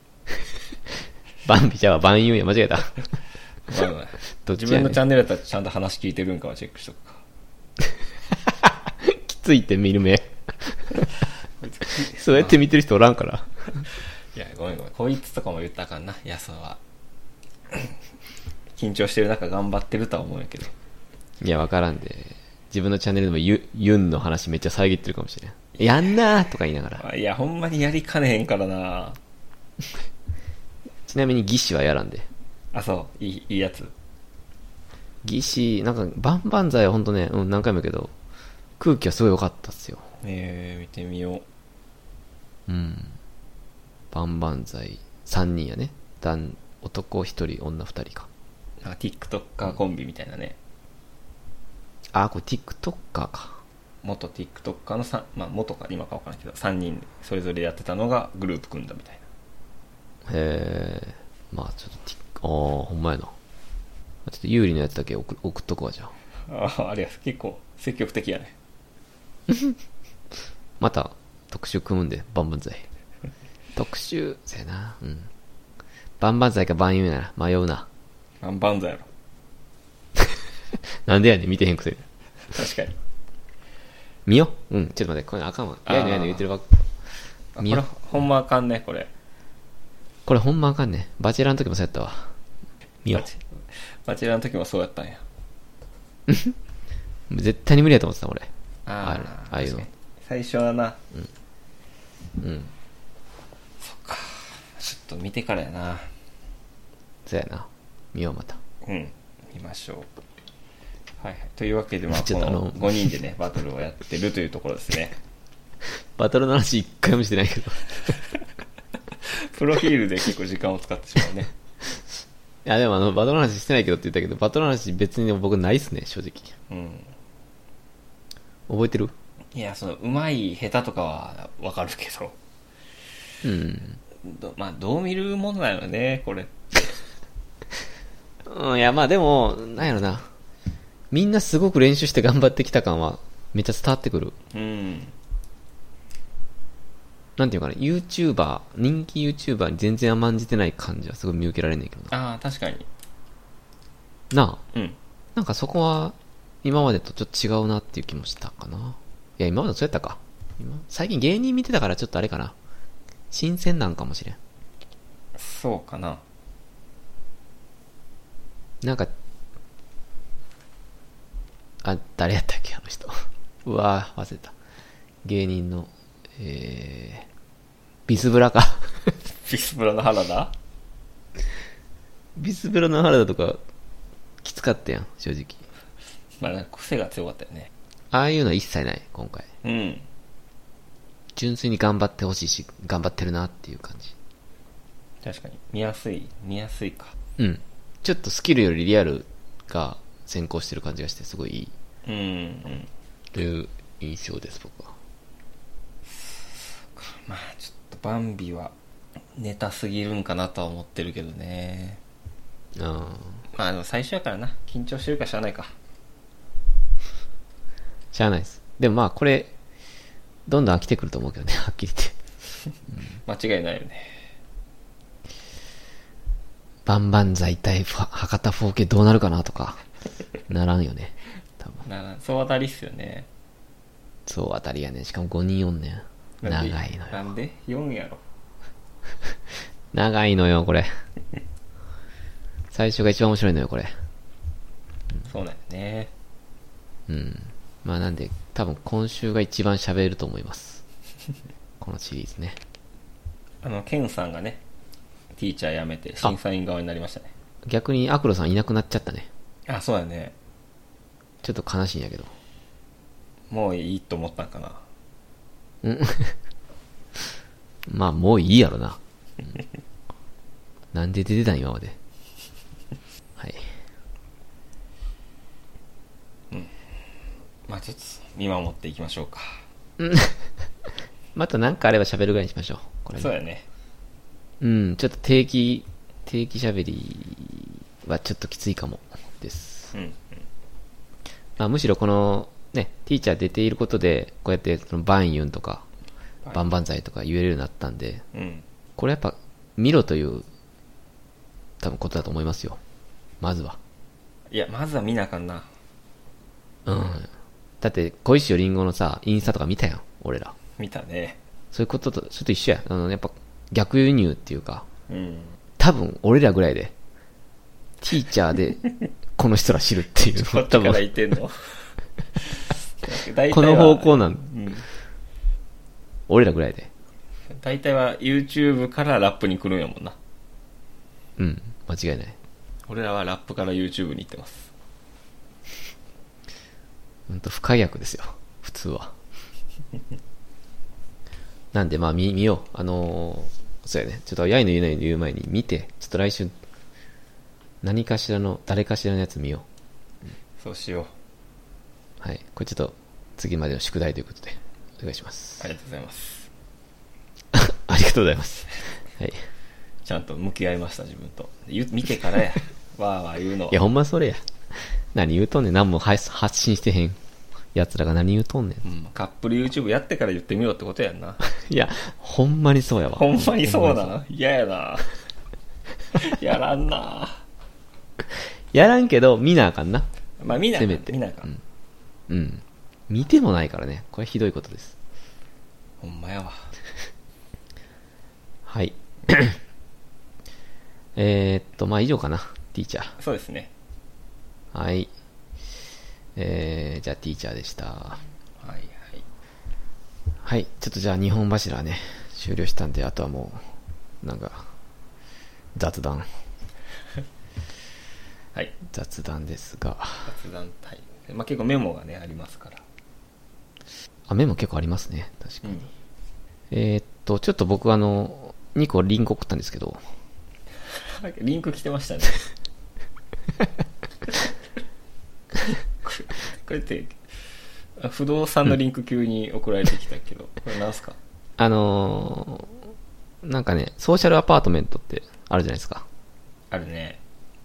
バンビじゃあバンユンや、間違えた。 自分のチャンネルだったらちゃんと話聞いてるんかはチェックしとくか。 きついって見る目。そうやって見てる人おらんから。 いや、ごめん。こいつとかも言ったらあかんな。いや、そうは。緊張してる中頑張ってるとは思うんやけど。 いや、わからんで。自分のチャンネルでもユンの話めっちゃ遮ってるかもしれん。やんなーとか言いながら。 いや、ほんまにやりかねへんからな。 ちなみに義士はやらんで。 あ、そう。いいやつ。 義士、なんか、バンバンザイはほんとね、何回も言うけど、空気はすごい良かったっすよ。 見てみよう。バンバンザイ3人やね。男1人、女2人か。 なんか TikToker コンビみたいなね。 これ TikToker か。 元 TikToker の元か今か分からんけど、3人それぞれやってたのがグループ組んだみたいな。 ちょっとほんまやな。ちょっと有利なやつだけ送っとくわ、じゃあ。あれや、結構積極的やね。 また特集組むんで、バンバンザイ。特集、そうやな。バンバンザイかバンユンやな。迷うな。 バンバンザイやろ。 なんでやねん、見てへんくせに。 確かに。 見よ。ちょっと待って、これあかんわ。やねん言ってるばっか。 これほんまあかんね、これ。 これほんまあかんね。バチェラーの時もそうやったわ。見よう。 バチェラーの時もそうやったんや。 絶対に無理やと思ってた、俺。 ああいうの。 最初はな。 うん。 そっか。ちょっと見てからやな。 そうやな。見よう、また。 うん。見ましょう。はいはい。というわけで、まあ、こちょっとの5人でね、バトルをやってるというところですね。 バトルの話一回もしてないけど。 プロフィールで結構時間を使ってしまうね。 いや、でもバトルの話してないけどって言ったけど、バトルの話別に僕ないっすね、正直。 うん。 覚えてる？ いや、うまい、下手とかはわかるけど。 うん。 まあ、どう見るものなのね、これ。 うん、いや、まあでも、なんやろな。みんなすごく練習して頑張ってきた感は、めっちゃ伝わってくる。 うん。 なんていうかな、YouTuber、人気 YouTuber に全然甘んじてない感じはすごい見受けられんねんけどな。 ああ、確かに。 なあ。 うん。 なんかそこは、今までとちょっと違うなっていう気もしたかな。いや、今までそうやったか。最近芸人見てたからちょっとあれかな。新鮮なんかもしれん。 そうかな。 なんか、誰やったっけ、あの人。うわぁ、忘れた。芸人の、ビスブラか。 ビスブラの原田？ ビスブラの原田とか、きつかったやん、正直。 まあ、なんか癖が強かったよね。 ああいうのは一切ない、今回。 うん。 純粋に頑張ってほしいし、頑張ってるなっていう感じ。 確かに。見やすいか。 うん。ちょっとスキルよりリアルが先行してる感じがして、すごいいい。 うん、うん。 という印象です、僕は。 まあ、ちょっとバンビは、ネタすぎるんかなとは思ってるけどね。 あまあ、でも最初やからな。緊張してるかしゃあないか。 しゃあないです。でもまあ、これ、どんどん飽きてくると思うけどね、はっきり言って。 間違いないよね。 バンバン在対博多4系どうなるかなとか、ならんよね。多分。 そう当たりっすよね。 そう当たりやね。しかも5人おんねん。長いのよ。 なんで ?4 やろ。 長いのよ、これ。最初が一番面白いのよ、これ。 そうなんよね。 うん。まあなんで、多分今週が一番喋ると思います。このシリーズね。 ケンさんがね、ティーチャー辞めて審査員側になりましたね。 逆にアクロさんいなくなっちゃったね。 あ、そうだね。 ちょっと悲しいんやけど。 もういいと思ったんかな。 うん。まあもういいやろな。うん、なんで出てたん今まで。はい。 うん。まあちょっと見守っていきましょうか。 うん。また何かあれば喋るぐらいにしましょう。これね。 そうやね。 うん、ちょっと定期喋りはちょっときついかもです。 うん、うん。 まあむしろこのね、ティーチャー出ていることで、こうやってそのバンユンとか、バンバンザイとか言えるようになったんで、 うん。 これやっぱ見ろという多分ことだと思いますよ。まずは。 いや、まずは見なあかんな。 うん。だって小石よりんごのさ、インスタとか見たやん、俺ら。 見たね。 そういうこととちょっと一緒や。やっぱ逆輸入っていうか、 うん。 多分俺らぐらいで、ティーチャーでこの人ら知るっていう。 こっちから言ってんのこの方向なん、 うん、 俺らぐらいで。 大体は YouTube からラップに来るんやもんな。 うん、間違いない。 俺らはラップから YouTube に行ってます。 不可逆ですよ、普通は。なんでまあ見よう。そうやね。ちょっとやいの言うの言う前に見て、ちょっと来週、何かしらの、誰かしらのやつ見よう。そうしよう。 はい。これちょっと、次までの宿題ということで、お願いします。 ありがとうございます。 ありがとうございます。はい。 ちゃんと向き合いました、自分と。見てからや。わーわー言うのは。 いや、ほんまそれや。何言うとんねん。何も発信してへん。奴らが何言うとんねん。 うん。カップル YouTube やってから言ってみようってことやんな。 いや、ほんまにそうやわ。 ほんまにそうな。嫌やな。やらんな。 やらんけど、見なあかんな。 まあ見なあかん。 せめて。 見なあかん。 うん。見てもないからね。これひどいことです。 ほんまやわ。 はい。まあ以上かな。ティーチャー。 そうですね。 はい。じゃあティーチャーでした。 はいはい。 はい。ちょっとじゃあ日本柱ね、終了したんで、あとはもう、なんか、雑談。 はい。 雑談ですが。 雑談タイム。まあ結構メモがね、ありますから。 あ、メモ結構ありますね。確かに。 うん、 ちょっと僕2個リンク送ったんですけど。 リンク来てましたね。これって不動産のリンク急に送られてきたけど、これなんすか？ なんかね、ソーシャルアパートメントってあるじゃないですか。 あるね。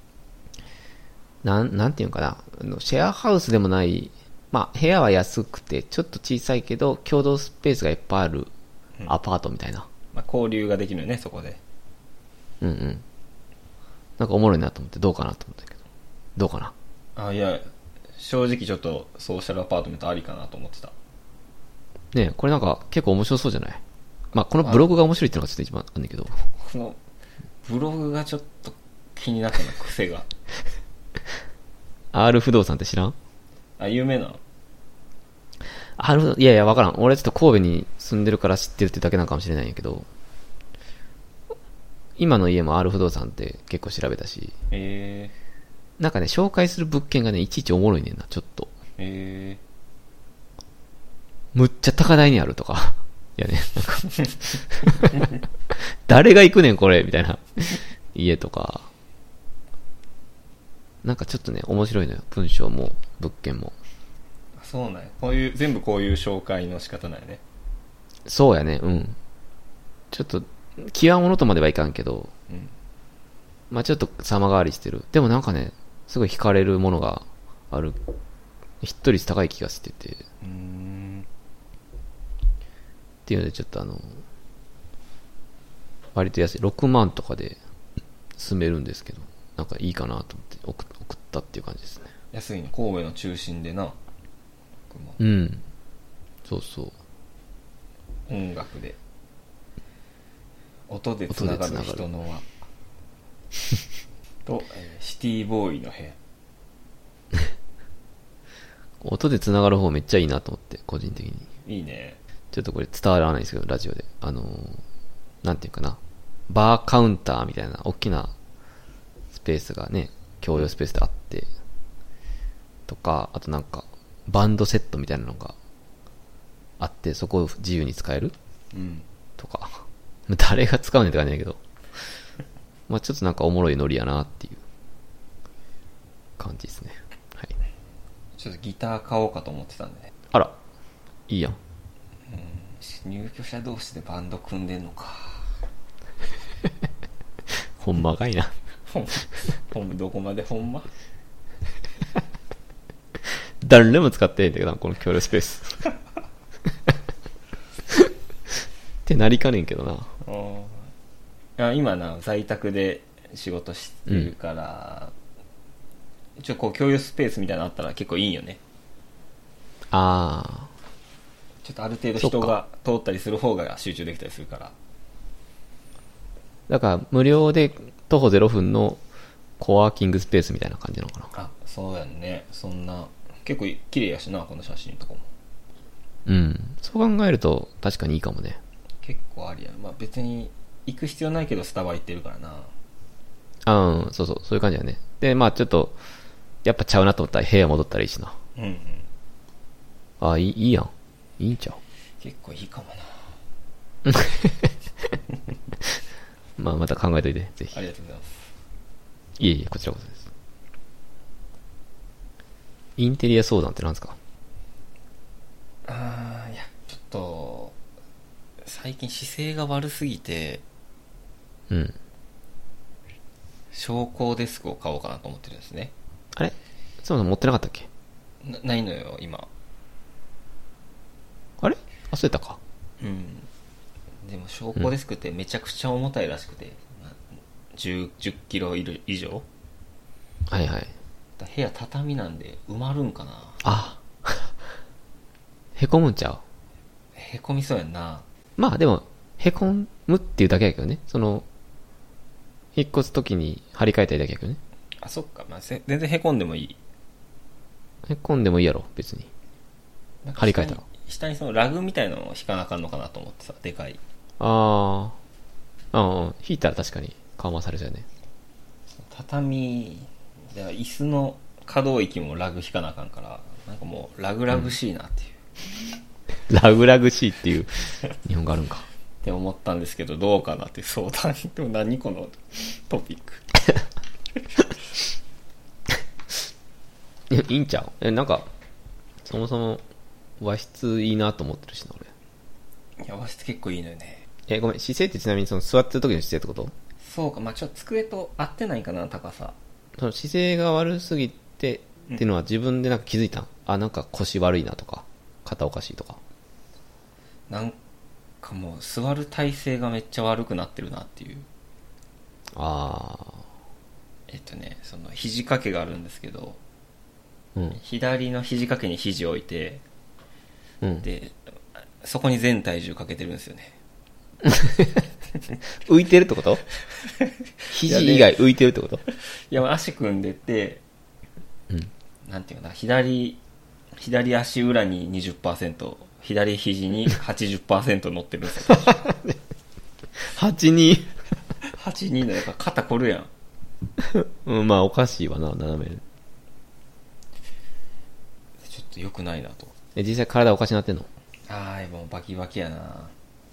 なんていうのかな。シェアハウスでもない、まあ部屋は安くてちょっと小さいけど共同スペースがいっぱいあるアパートみたいな。 まあ交流ができるよね、そこで。 うんうん。なんかおもろいなと思ってどうかなと思ったけど。どうかな。 あ、いや、正直ちょっとソーシャルアパートメントありかなと思ってた。 ねえ、これなんか結構面白そうじゃない？まあこのブログが面白いっていうのがちょっと一番あるんだけど。 このブログがちょっと気になったな、癖が。 R 不動産って知らん？ あ、有名なの？ いやいやわからん。俺ちょっと神戸に住んでるから知ってるってだけなのかもしれないんやけど、今の家も R 不動産って結構調べたし、なんかね、紹介する物件がね、いちいちおもろいねんな、ちょっと。むっちゃ高台にあるとか。いやね、なんか、誰が行くねんこれみたいな家とか。なんかちょっとね、面白いのよ。文章も、物件も。 そうなんや。全部こういう紹介の仕方なんやね。 そうやね、うん。ちょっと、極物とまではいかんけど、 うん、 まあちょっと様変わりしてる。でもなんかね、すごい惹かれるものがある。ヒット率高い気がしてて。っていうのでちょっと割と安い。6万とかで住めるんですけど、なんかいいかなと思って送ったっていう感じですね。 安いね。神戸の中心でな。 うん。そうそう。 音楽で。音でつながる人の輪。と、シティボーイの部屋。 音でつながる方めっちゃいいなと思って、個人的に。 いいね。 ちょっとこれ伝わらないですけど、ラジオで。なんていうかな。バーカウンターみたいな大きなスペースがね、共用スペースであって、とか、あとなんか、バンドセットみたいなのがあって、そこを自由に使える、 うん、 とか。誰が使うねんって感じだけど。まあちょっとなんかおもろいノリやなっていう感じですね。はい。 ちょっとギター買おうかと思ってたんでね。 あら、いいやん。 入居者同士でバンド組んでんのか。 ほんまかいな。 どこまでほんま？ 誰でも使ってんだけどな、この共有スペース。ってなりかねんけどな。 いや今な、在宅で仕事してるから、一応こう共有スペースみたいなのあったら結構いいよね。 ああ。 ちょっとある程度人が通ったりする方が集中できたりするから。 だから無料で徒歩0分のコワーキングスペースみたいな感じなのかな。 あ、そうやんね。そんな結構綺麗やしな、この写真とかも。 うん。そう考えると確かにいいかもね。 結構ありやん。まあ別に行く必要ないけどスタバ行ってるからな。 うん、そうそう、そういう感じだね。で、まあちょっと、やっぱちゃうなと思ったら部屋戻ったらいいしな。 うんうん。 ああ、いいやん。いいんちゃう。 結構いいかもな。 まあまた考えといて、ぜひ。 ありがとうございます。 いえいえ、こちらこそです。インテリア相談って何ですか？ いや、ちょっと、最近姿勢が悪すぎて、 うん。 昇降デスクを買おうかなと思ってるんですね。 あれそうなの持ってなかったっけ？ ないのよ、今。 あれ忘れたか。 うん。でも昇降デスクってめちゃくちゃ重たいらしくて、10キロ以上。 はいはい。 部屋畳なんで埋まるんかな。 あへこむんちゃう？ へこみそうやんな。 まあでも、 へこむっていうだけやけどね。引っ越すときに張り替えたいだけやけどね。 あ、そっか。まあ、全然へこんでもいい。 へこんでもいいやろ、別に。張り替えたら。 下にそのラグみたいなのを引かなあかんのかなと思ってさ、でかい。 引いたら確かに緩和されちゃうね。 畳、だから椅子の可動域もラグ引かなあかんから、なんかもうラグラグしいなっていう。 ラグラグしいっていう日本語あるんか。 って思ったんですけど、どうかなっていう相談。でも何このトピック。 いいんちゃう？なんか、そもそも和室いいなと思ってるしな、 俺。いや、和室結構いいのよね。 ごめん、姿勢ってちなみに座ってる時の姿勢ってこと？ そうか、まあちょっと机と合ってないかな、高さ。 その姿勢が悪すぎてっていうのは自分でなんか気づいたん？なんか腰悪いなとか、肩おかしいとか。 なんかもう座る体勢がめっちゃ悪くなってるなっていう。その肘掛けがあるんですけど、左の肘掛けに肘を置いて、でそこに全体重かけてるんですよね。 浮いてるってこと？肘以外浮いてるってこと？ いや、足組んでて、なんていうかな、左足裏に 20%、左肘に 80% 乗ってるんですよ。 82 82のやっぱ肩こるやん。まあおかしいわな、斜め。 ちょっと良くないなと。 実際体おかしなってんの？ もうバキバキやな。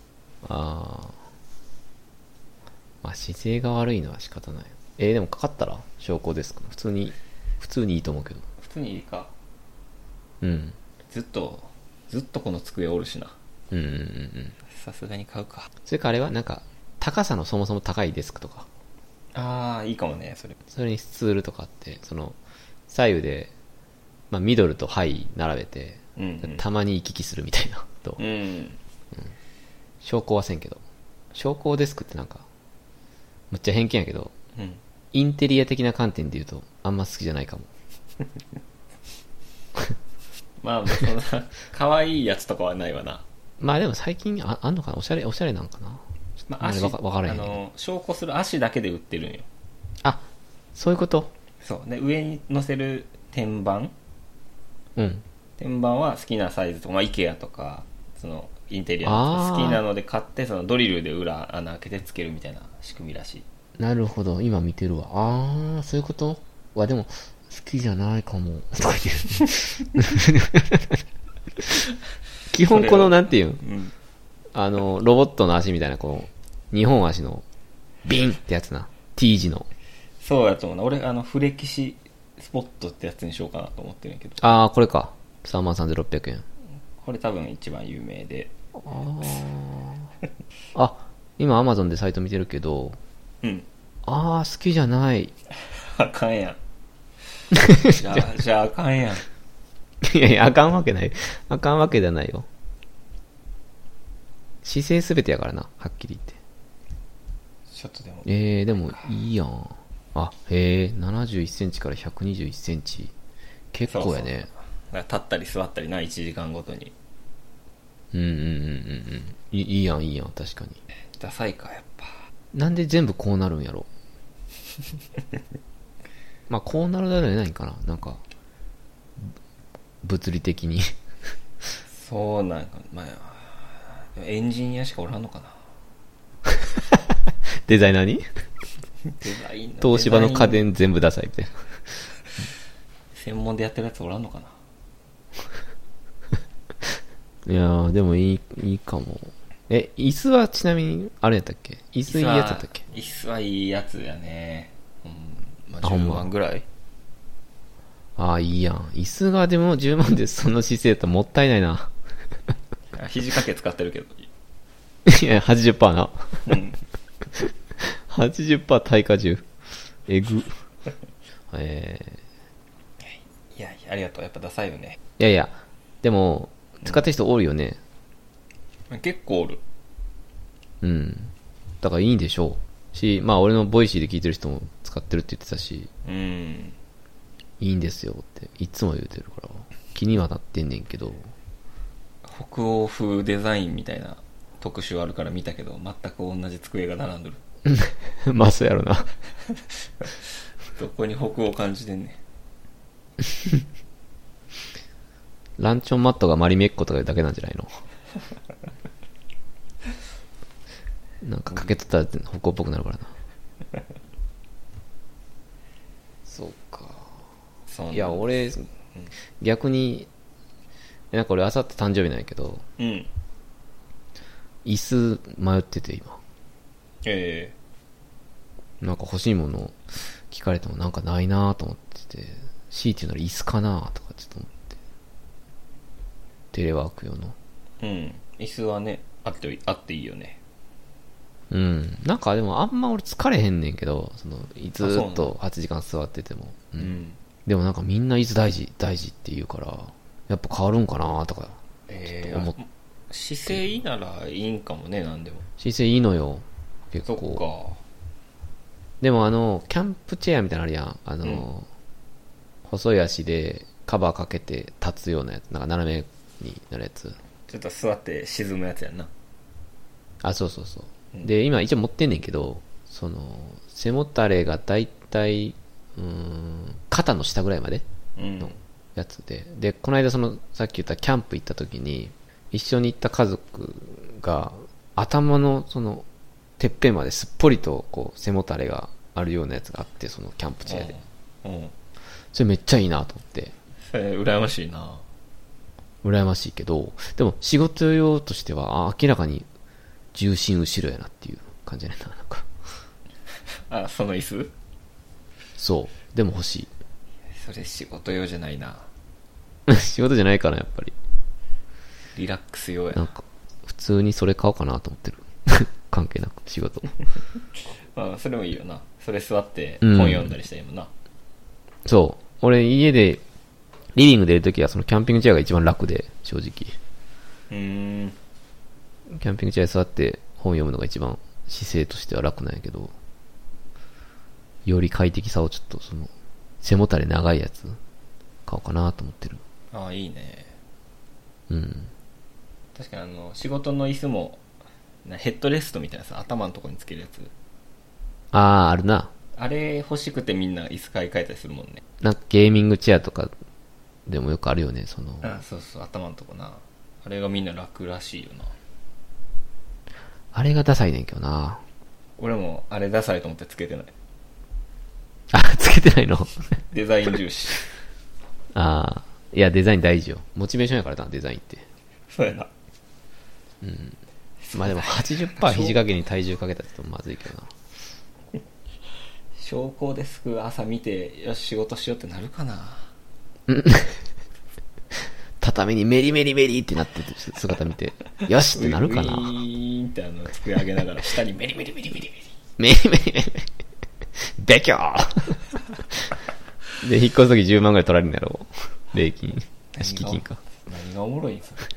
まあ姿勢が悪いのは仕方ない。でもかかったら昇降ですか？普通にいいと思うけど。 普通にいいか。ずっとこの机おるしな。さすがに買うか。 それかあれはなんか高さのそもそも高いデスクとか。 いいかもね、 それにスツールとかあって、左右で、まあミドルとハイ並べて、たまに行き来するみたいなと。昇降はせんけど。昇降デスクってなんか、むっちゃ偏見やけど、インテリア的な観点で言うとあんま好きじゃないかも。 まあそんな可愛いやつとかはないわな。 まあでも最近あんのかな、おしゃれなんかな。 足わからへんね。 昇降する足だけで売ってるんよ。 そういうこと。 そうで、上に乗せる天板、天板は好きなサイズとか、IKEA とかそのインテリアの好きなので買って、そのドリルで裏穴開けてつけるみたいな仕組みらしい。 なるほど、今見てるわ。そういうこと。でも好きじゃないかも。基本このなんていうん、ロボットの足みたいな、こう2本足のビンってやつな、 T 字の。 そうやと思うな。俺フレキシスポットってやつにしようかなと思ってるんやけど。 これか。33,600円。 これ多分一番有名で。 今 Amazon でサイト見てるけど、好きじゃない。 あかんやん。じゃああかんやん。 いや、あかんわけない。あかんわけじゃないよ。姿勢すべてやからな、はっきり言って。 ちょっとでも。 でもいいやん。71センチから121センチ。結構やね。 そう立ったり座ったりな、1時間ごとに。 いいやん、確かに。 ダサいか、やっぱ。 なんで全部こうなるんやろ。まあ、こうなるだろうないんかな。なんか、物理的に。 そうなんか、エンジニアしかおらんのかな。 デザイナーにデザイナー、 東芝の家電全部ダサいみたいな。 専門でやってるやつおらんのかな。 いやー、でもいいかも。椅子はちなみにあれやったっけ？椅子いいやつやったっけ？ 椅子はいいやつやね。10万ぐらい。 いいやん。椅子がでも10万でその姿勢だったらもったいないな。 肘掛け使ってるけど。 いや、80% な。80% 耐荷重。えぐ。 いや、ありがとう。やっぱダサいよね。 いや、でも、使ってる人おるよね。 結構おる。 だからいいんでしょう。まあ俺のボイシーで聞いてる人も使ってるって言ってたし。いいんですよっていつも言うてるから気にはなってんねんけど。 北欧風デザインみたいな特集あるから見たけど、全く同じ机が並んどる。 まあそうやろな。 どこに北欧感じてんねん。ランチョンマットがマリメッコとかいうだけなんじゃないの？なんかかけとったら北欧っぽくなるからな。そうか。いや、俺、逆に、なんか俺、あさって誕生日なんやけど、 うん。 椅子迷ってて、今。なんか欲しいもの聞かれてもなんかないなと思ってて、強いて言うなら椅子かなとかちょっと思って。テレワーク用の。 うん。椅子はね、あっていいよね。 うん。なんかでもあんま俺疲れへんねんけど、ずーっと8時間座ってても。うん。でもなんかみんな椅子大事って言うから、やっぱ変わるんかなとか、思って。 姿勢いいならいいんかもね、なんでも。 姿勢いいのよ。結構。 そっか。 でもキャンプチェアみたいなのあるやん。細い足でカバーかけて立つようなやつ。なんか斜めになるやつ。 ちょっと座って沈むやつやんな。 あ、そうそうそう。で、今一応持ってんねんけど、背もたれがだいたい、肩の下ぐらいまでのやつで。で、この間さっき言ったキャンプ行った時に、一緒に行った家族が、頭のてっぺんまですっぽりと背もたれがあるようなやつがあって、そのキャンプチェアで。それめっちゃいいなと思って。 羨ましいな。 羨ましいけど、でも仕事用としては明らかに重心後ろやなっていう感じやねんな、なんか。 あ、その椅子？ そう。でも欲しい。 それ仕事用じゃないな。 仕事じゃないかな、やっぱり。 リラックス用やな。 なんか、普通にそれ買おうかなと思ってる。関係なく、仕事。 まあ、それもいいよな。それ座って本読んだりしたらいいもんな。 そう。俺、家で、リビングでいるときは、キャンピングチェアが一番楽で、正直。キャンピングチェアで座って本読むのが一番姿勢としては楽なんやけど、より快適さをちょっと背もたれ長いやつ、買おうかなと思ってる。 ああ、いいね。 うん。 確かに仕事の椅子も、ヘッドレストみたいなさ、頭のところにつけるやつ。 ああ、あるな。 あれ欲しくてみんな椅子買い替えたりするもんね。 なんかゲーミングチェアとかでもよくあるよね、 あ、そうそう、頭のとこな。あれがみんな楽らしいよな。 あれがダサいねんけどな。 俺もあれダサいと思ってつけてない。 あ、つけてないの？ デザイン重視。 ああ、いや、デザイン大事よ。モチベーションやからな、デザインって。 そうやな。 うん。まあでも 80% 肘掛けに体重かけたらちょっとまずいけどな。 昇降デスク朝見て、よし仕事しようってなるかな。 畳にメリメリメリってなってる姿見て、よしってなるかな。 ウィーンって机上げながら下にメリメリメリメリメリ。 メリメリメリ。べきょーで、引っ越すとき10万ぐらい取られるんだろう。礼金。敷金か。 何がおもろいんすか。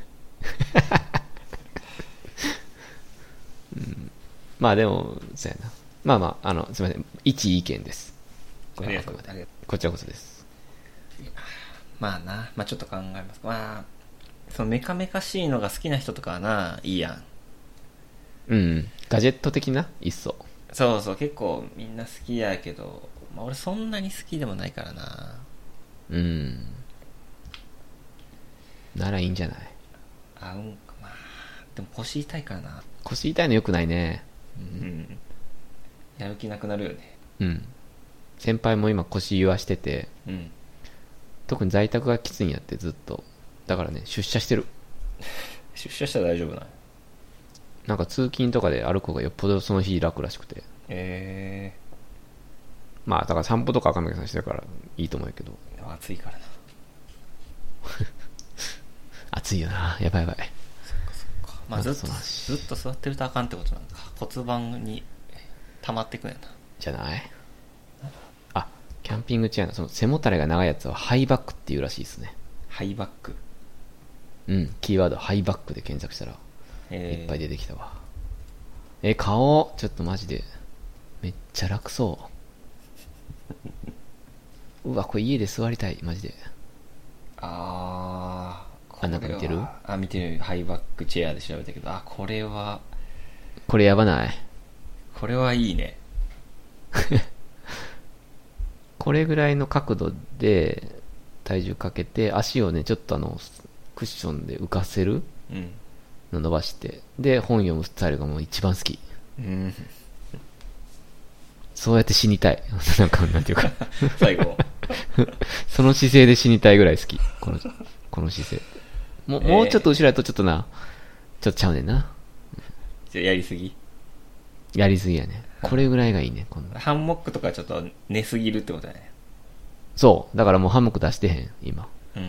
うん、まあでも、そうやな。まあまあ、すみません。一意見です。これはあくまで。こちらこそです。 まあな、まあちょっと考えます。まあ、そのメカメカしいのが好きな人とかはな、いいやん。 うん。ガジェット的な一層。 そうそう、結構みんな好きやけど、まあ俺そんなに好きでもないからな。 うん。ならいいんじゃない？ あ、うんか、まあ、でも腰痛いからな。 腰痛いの良くないね。 うん。やる気なくなるよね。 うん。先輩も今腰言わしてて、 うん。 特に在宅がきついんやってずっと。だからね、出社してる。 出社したら大丈夫なの？ なんか通勤とかで歩く方がよっぽどその日楽らしくて。まあだから散歩とか赤目さんしてるからいいと思うけど。 暑いからな。 暑いよな。やばいやばい。 そっかそっか。まあずっと座ってるとあかんってことなんか。骨盤に溜まってくんやな。 じゃない？あ、キャンピングチェアのその背もたれが長いやつはハイバックっていうらしいですね。 ハイバック。 うん、キーワードハイバックで検索したらいっぱい出てきたわ。買おう。ちょっとマジでめっちゃ楽そううわ、これ家で座りたいマジで。 あー、 なんか見てる？ 見てる。ハイバックチェアで調べたけど、これやばない？ これはいいね。 これぐらいの角度で体重かけて、足をね、ちょっとクッションで浮かせるの伸ばして、で、本読むスタイルがもう一番好き。そうやって死にたい。なんていうか。 最後。 その姿勢で死にたいぐらい好き。この姿勢。もうちょっと後ろやとちょっとちゃうねんな。 やりすぎやね。これぐらいがいいね。 ハンモックとかちょっと寝すぎるってことだね。 そう。だからもうハンモック出してへん、今。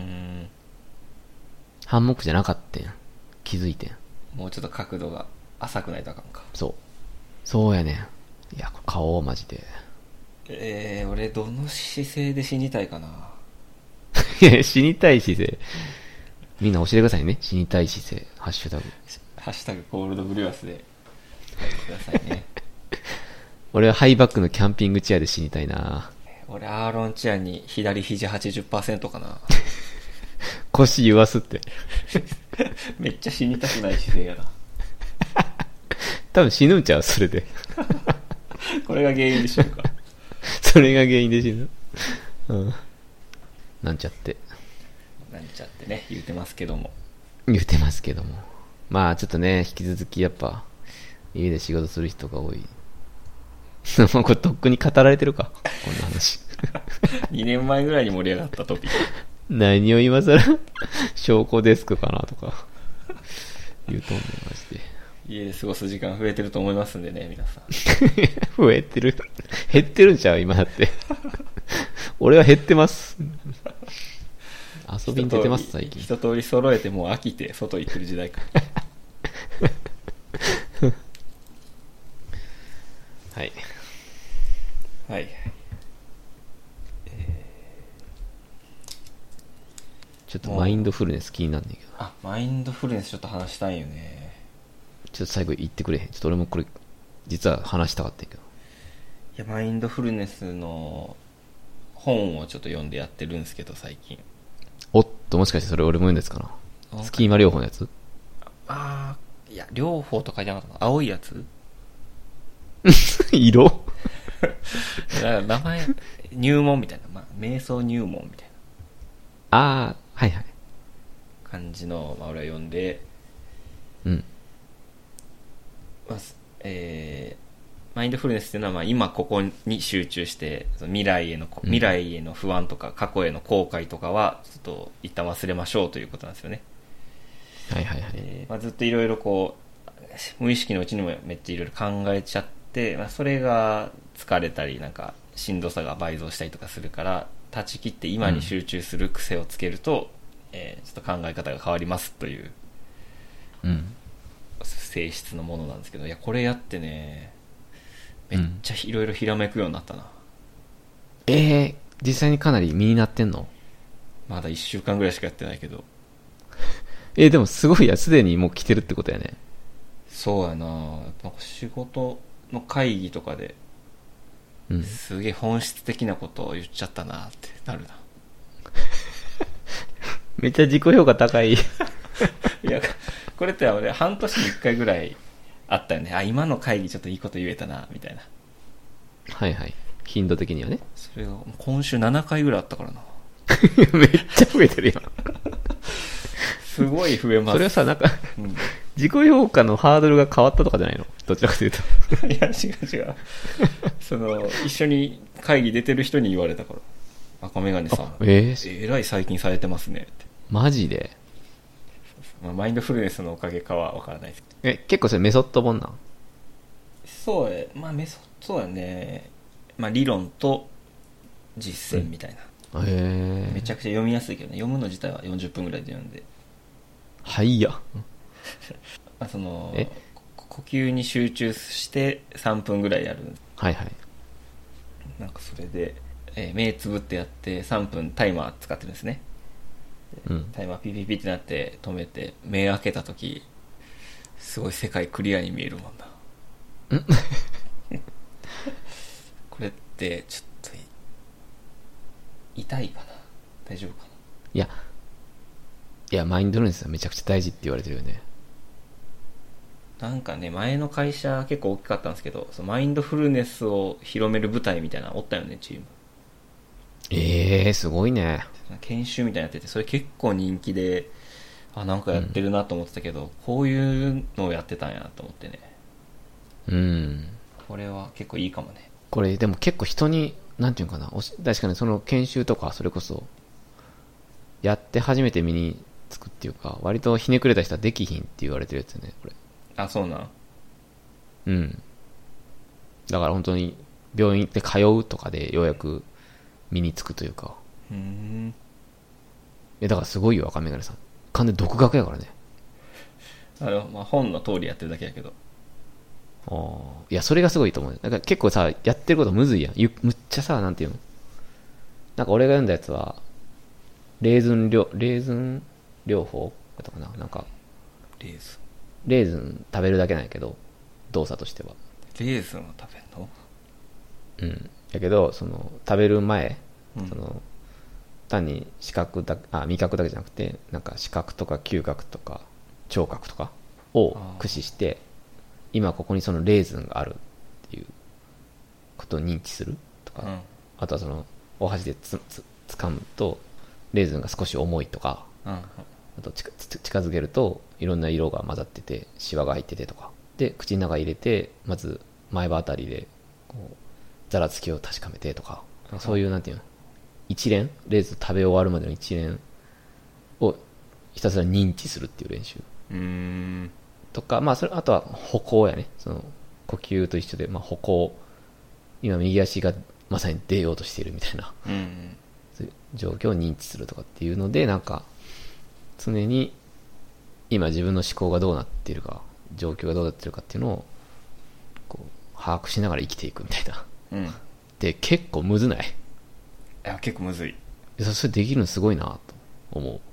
ハンモックじゃなかったん。気づいてん。 もうちょっと角度が浅くないとあかんか。 そうやねん。いや、買おう、マジで。俺どの姿勢で死にたいかな。 いや、死にたい姿勢。みんな教えてくださいね。死にたい姿勢。ハッシュタグ。 ハッシュタグコールドブリュアスで書いてくださいね。 俺はハイバックのキャンピングチェアで死にたいな。 俺アーロンチェアに左肘 80% かな。 腰言わすって。 めっちゃ死にたくない姿勢やな。 多分死ぬんちゃう、それで。 これが原因で死ぬか。 それが原因で死ぬ。なんちゃってね、言うてますけども。 まあちょっとね、引き続きやっぱ家で仕事する人が多い。もうこれとっくに語られてるか、こんな話。 2年前ぐらいに盛り上がったトピック。 何を今更証拠デスクかなとか言うと思いまして。 家で過ごす時間増えてると思いますんでね、皆さん。 増えてる。減ってるんちゃう今だって。俺は減ってます。遊びに出てます最近。 一通り揃えてもう飽きて外行ってる時代か。 はいはい。 ちょっとマインドフルネス気になんねんけど。 マインドフルネスちょっと話したいよね。 ちょっと最後言ってくれへん。ちょっと俺もこれ実は話したかったんやけど。 いや、マインドフルネスの本をちょっと読んでやってるんですけど、最近。 おっと、もしかしてそれ俺も読んですかな。スキーマ療法のやつ？ いや、療法とかじゃなかった。青いやつ色名前、入門みたいな。瞑想入門みたいな。はいはい。 感じの、俺は読んで、マインドフルネスっていうのは、今ここに集中して、未来への不安とか、過去への後悔とかは、ちょっと一旦忘れましょうということなんですよね。 はいはいはい。 ずっといろいろ無意識のうちにもめっちゃいろいろ考えちゃって、それが疲れたり、しんどさが倍増したりとかするから、断ち切って今に集中する癖をつけると、ちょっと考え方が変わりますという、性質のものなんですけど、いや、これやってね、めっちゃいろいろひらめくようになったな。 実際にかなり身になってんの？ まだ1週間ぐらいしかやってないけど。 でもすごいや、すでにもう来てるってことやね。 そうやな。やっぱ仕事の会議とかで、すげえ本質的なことを言っちゃったなってなるな。 めっちゃ自己評価高い。いや、これって俺半年に1回ぐらいあったよね。今の会議ちょっといいこと言えたなみたいな。 はいはい。頻度的にはね。 それが今週7回ぐらいあったからな。 めっちゃ増えてるやん。 すごい増えます。 それはさ、自己評価のハードルが変わったとかじゃないの？どちらかというと。 いや、違う。一緒に会議出てる人に言われたから。赤メガネさん。えらい最近されてますねって。 マジで？ マインドフルネスのおかげかは分からないです。 結構それメソッド本なん？ そうやね。理論と実践みたいな。めちゃくちゃ読みやすいけどね。読むの自体は40分ぐらいで読んで。 はいや。 呼吸に集中して3分ぐらいやる。 はいはい。 それで、目つぶってやって3分タイマー使ってるんですね。タイマーピピピってなって止めて目開けたとき、すごい世界クリアに見えるもんだ。これってちょっと痛いかな？大丈夫かな？ いやいや、マインドフルネスはめちゃくちゃ大事って言われてるよね。 なんかね、前の会社結構大きかったんですけど、そのマインドフルネスを広める舞台みたいなのおったよね、チーム。 すごいね。 研修みたいなのやってて、それ結構人気で、あ、なんかやってるなと思ってたけど、こういうのをやってたんやと思ってね。 うん。 これは結構いいかもね。 これでも結構人に、なんていうのかな、確かにその研修とか、それこそ、やって初めて身につくっていうか、割とひねくれた人はできひんって言われてるやつよね、これ。 あ、そうなん。 うん。だから本当に病院行って通うとかでようやく身につくというか。だからすごいよ、赤メガネさん。完全独学やからね。 まあ、本の通りやってるだけやけど。 いや、それがすごいと思う。なんか結構さ、やってることむずいやん。むっちゃさ、なんていうの。なんか俺が読んだやつは、レーズン療法だったかな。なんか、レーズン食べるだけなんやけど、動作としては。 レーズンを食べるの？ うん。やけど、その、食べる前、その、単に味覚だけじゃなくて、なんか視覚とか嗅覚とか聴覚とかを駆使して、今ここにそのレーズンがあるっていうことを認知するとか、あとはその、お箸で掴むと、レーズンが少し重いとか、あと近づけるといろんな色が混ざっててシワが入っててとかで、口の中入れてまず前歯あたりでこうざらつきを確かめてとか、そういうなんていうの、一連レーズン食べ終わるまでの一連をひたすら認知するっていう練習とか、まあそれ、あとは歩行やね、その呼吸と一緒で、まあ歩行、今右足がまさに出ようとしているみたいな、そういう状況を認知するとかっていうので、なんか常に今自分の思考がどうなっているか、状況がどうなっているかっていうのをこう把握しながら生きていくみたいな、で結構むずない？ いや、結構むずい。 それできるのすごいなと思う。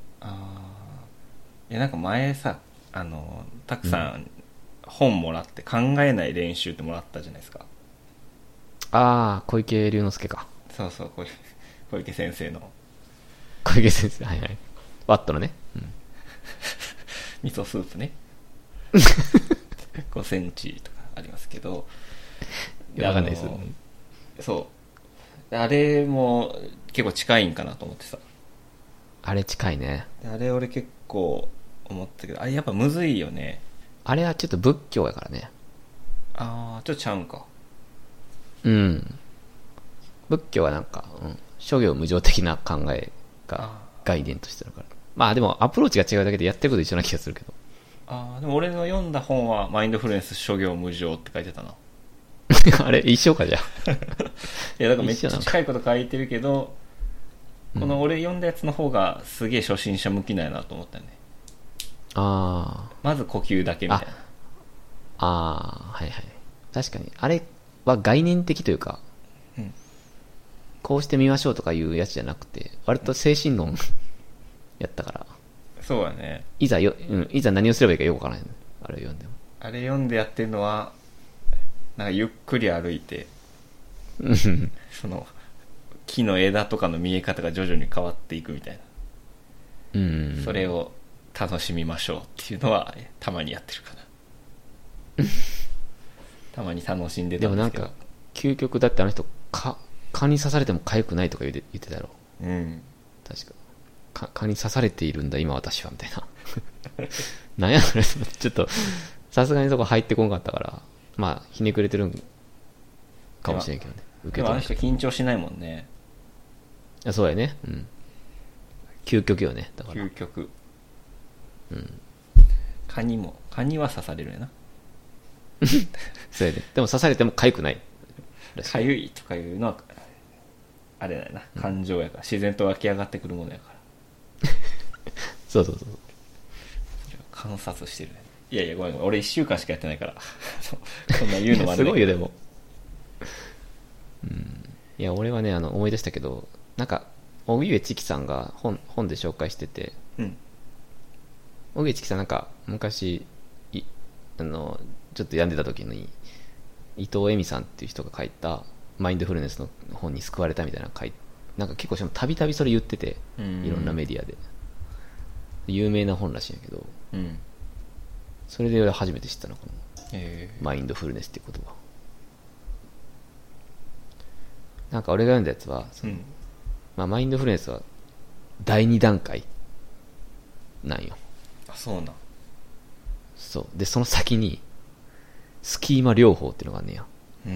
いや、なんか前さ、たくさん本もらって考えない練習ってもらったじゃないですか。 小池龍之介か。 そうそう、小池先生の。 小池先生、はいはい。ワットのね。 味噌スープね。5センチとかありますけど。 いや、わかんないです。 そう。あれも結構近いんかなと思ってさ。 あれ近いね。 あれ俺結構思ったけど、あれやっぱむずいよね。 あれはちょっと仏教やからね。 ちょっとちゃうんか。 仏教はなんか、諸行無常的な考えが概念としてだから。まあでもアプローチが違うだけでやってること一緒な気がするけど。 でも俺の読んだ本はマインドフルネス諸行無常って書いてたな。 あれ一緒かじゃあ。 いや、だからめっちゃ近いこと書いてるけど、この俺読んだやつの方がすげえ初心者向きなんやなと思ったね。まず呼吸だけみたいな。 はいはい。確かに。あれは概念的というか、こうしてみましょうとかいうやつじゃなくて、割と精神論やったから。 そうだね。 いざ何をすればいいかよくわからない。あれ読んでも。 あれ読んでやってるのは、なんかゆっくり歩いて、その木の枝とかの見え方が徐々に変わっていくみたいな。それを楽しみましょうっていうのはたまにやってるかな。たまに楽しんでたんですけど。 でもなんか究極だってあの人蚊に刺されても痒くないとか言ってたやろ。確か蚊に刺されているんだ今私はみたいな。なんやそれ、ちょっとさすがにそこ入ってこなかったから、まあひねくれてるんかもしれんけどね。 でもあの人緊張しないもんね。 そうやね。究極よね。だから究極。蚊には刺されるやな。 そうやね。でも刺されても痒くない。 かゆいとかいうのはあれだよな、感情やから、自然と湧き上がってくるものやからそう観察してるね。いやいや、ごめん、俺1週間しかやってないからこんな言うのもあれだけど。 すごいよでも。いや俺はね、思い出したけど、なんか荻上チキさんが本で紹介してて、荻上チキさんなんか昔ちょっと病んでた時に伊藤恵美さんっていう人が書いたマインドフルネスの本に救われたみたいななんか結構たびたびそれ言ってて、いろんなメディアで。 有名な本らしいんやけど、 うん。 それで俺初めて知ったの、このえマインドフルネスっていう言葉。なんか俺が読んだやつは、 うん。 まあ、マインドフルネスは第2段階なんよ。 あ、そうなん。 そう。で、その先に、スキーマ療法っていうのがあんねや。 うん。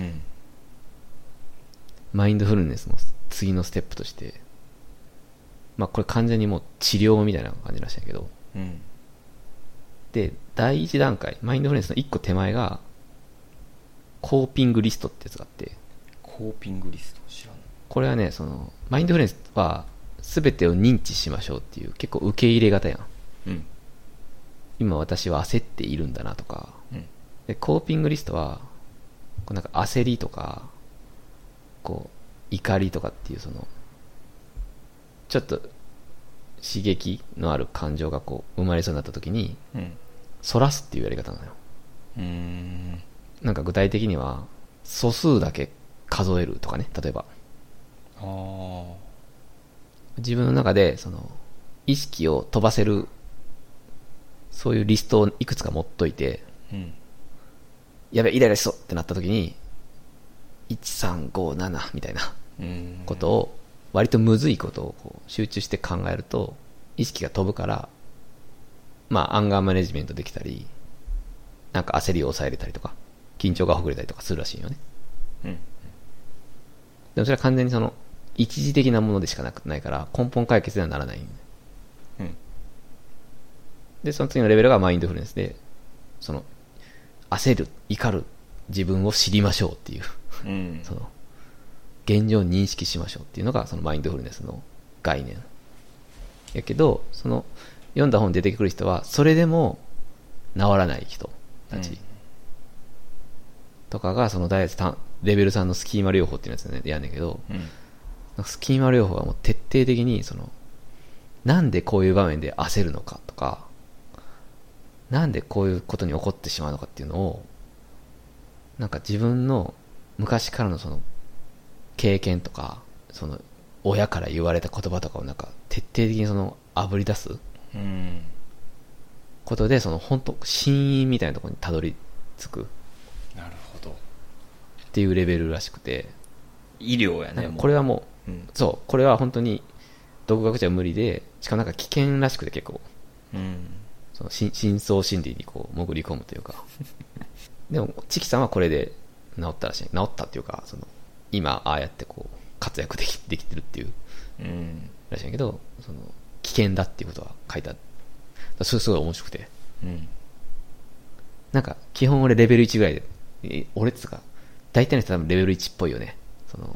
マインドフルネスの次のステップとして、まあこれ完全にもう治療みたいな感じらしいんやけど、 うん。 で、第1段階、マインドフルネスの1個手前が、コーピングリストってやつがあって、 コーピングリスト知らん。 これはね、マインドフルネスは、全てを認知しましょうっていう、結構受け入れ型やん。 うん。 今私は焦っているんだなとか、 うん。 で、コーピングリストは、こうなんか焦りとか、こう、怒りとかっていうちょっと刺激のある感情がこう生まれそうになった時に、 うん。 反らすっていうやり方なのよ。なんか具体的には、素数だけ数えるとかね、例えば。 ああ。 自分の中で、意識を飛ばせる、そういうリストをいくつか持っといて、 うん。 やべ、イライラしそうってなった時に、1357みたいなことを、割とむずいことをこう集中して考えると、意識が飛ぶから、まあ、アンガーマネジメントできたり、なんか焦りを抑えれたりとか、緊張がほぐれたりとかするらしいよね。 うん。 でもそれは完全に一時的なものでしかないから、根本解決にはならないよね。 うん。 で、その次のレベルがマインドフルネスで、焦る、怒る自分を知りましょうっていう、 うん。 現状を認識しましょうっていうのが、マインドフルネスの概念。やけど、読んだ本に出てくる人は、それでも治らない人たち、とかが、レベル3のスキーマ療法っていうやつでやんねんけど、 うん。 スキーマ療法はもう徹底的に、なんでこういう場面で焦るのかとか、なんでこういうことに起こってしまうのかっていうのを、なんか自分の昔からの経験とか、親から言われた言葉とかをなんか徹底的に炙り出すうん。 ことで、本当真因みたいなところにたどり着くなるほど。 っていうレベルらしくて、 医療やね。 なんかこれはもう、 うん。 そう、これは本当に独学じゃ無理で、しかもなんか危険らしくて結構、 うん。 深層心理にこう潜り込むというか。でも、チキさんはこれで治ったらしい。治ったっていうか、今、ああやってこう、活躍できてるっていう、 うん。 らしいんやけど、危険だっていうことは書いてある。それすごい面白くて。 うん。 なんか、基本俺レベル1ぐらいで、俺ってか、大体の人は多分レベル1っぽいよね。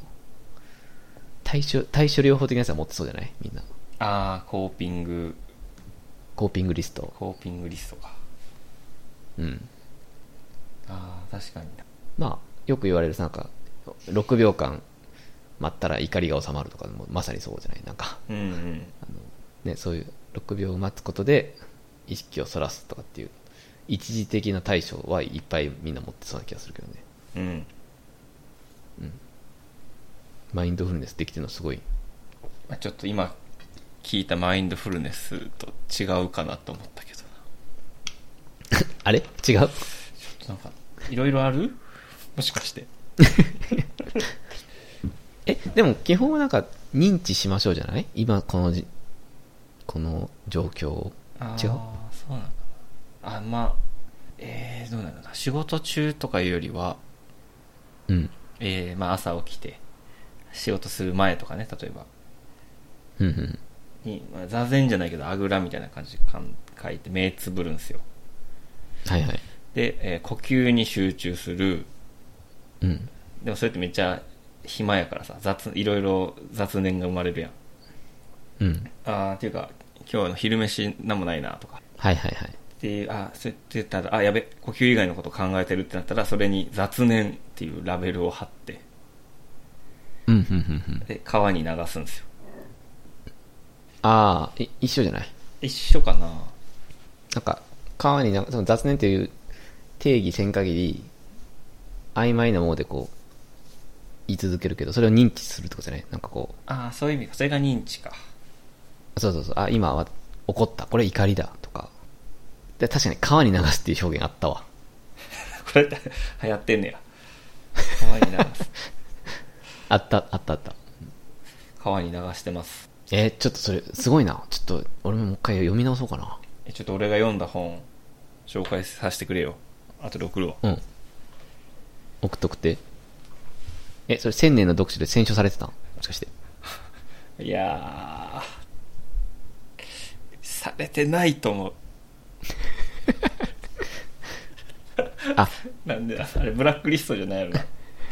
対処療法的なやつは持ってそうじゃないみんな。 ああ、コーピングリスト。 コーピングリストか。 うん。 ああ、確かに。 まあ、よく言われるなんか、6秒間待ったら怒りが収まるとかもまさにそうじゃないなんか、 うんうん。 ね、そういう6秒待つことで意識をそらすとかっていう一時的な対処はいっぱいみんな持ってそうな気がするけどね。 うん。 マインドフルネスできてるのすごい。 まあ、ちょっと今聞いたマインドフルネスと違うかなと思ったけどな。 あれ違うちょっとなんか、いろいろあるもしかして。 でも基本はなんか認知しましょうじゃない今この状況を。違うああ、そうなのかな。あ、まあ、どうなんだろうな。仕事中とかいうよりは、 うん。 まあ朝起きて、仕事する前とかね、例えば。 うんうん。 に、まあ、座禅じゃないけど、あぐらみたいな感じで書いて目つぶるんですよ。 はいはい。 で、呼吸に集中する。 うん。 でもそれってめっちゃ暇やからさ、いろいろ雑念が生まれるやん。 うん。 っていうか、今日の昼飯なんもないなとか。 はいはいはい。 で、そうやって言ったら、やべ、呼吸以外のこと考えてるってなったら、それに雑念っていうラベルを貼って、 うんうんうんうん。 で、川に流すんですよ。 ああ、一緒じゃない一緒かな。 なんか、川にその雑念という定義せん限り、曖昧なものでこう、言い続けるけど、それを認知するってことじゃないなんかこう。 そういう意味か。それが認知か。 そうそうそう。今は怒った、これ怒りだとか。で、確かに川に流すっていう表現あったわ。 これって流行ってんねや。川に流す。 あったあった。 川に流してます。 ちょっとそれ、すごいな。ちょっと、俺ももう一回読み直そうかな。 ちょっと俺が読んだ本、紹介させてくれよ。後で送るわ。 うん。送っとくって。それ1000年の読書で選書されてたんもしかして。 いやー、されてないと思う。 あ、 なんで、あれブラックリストじゃないよな。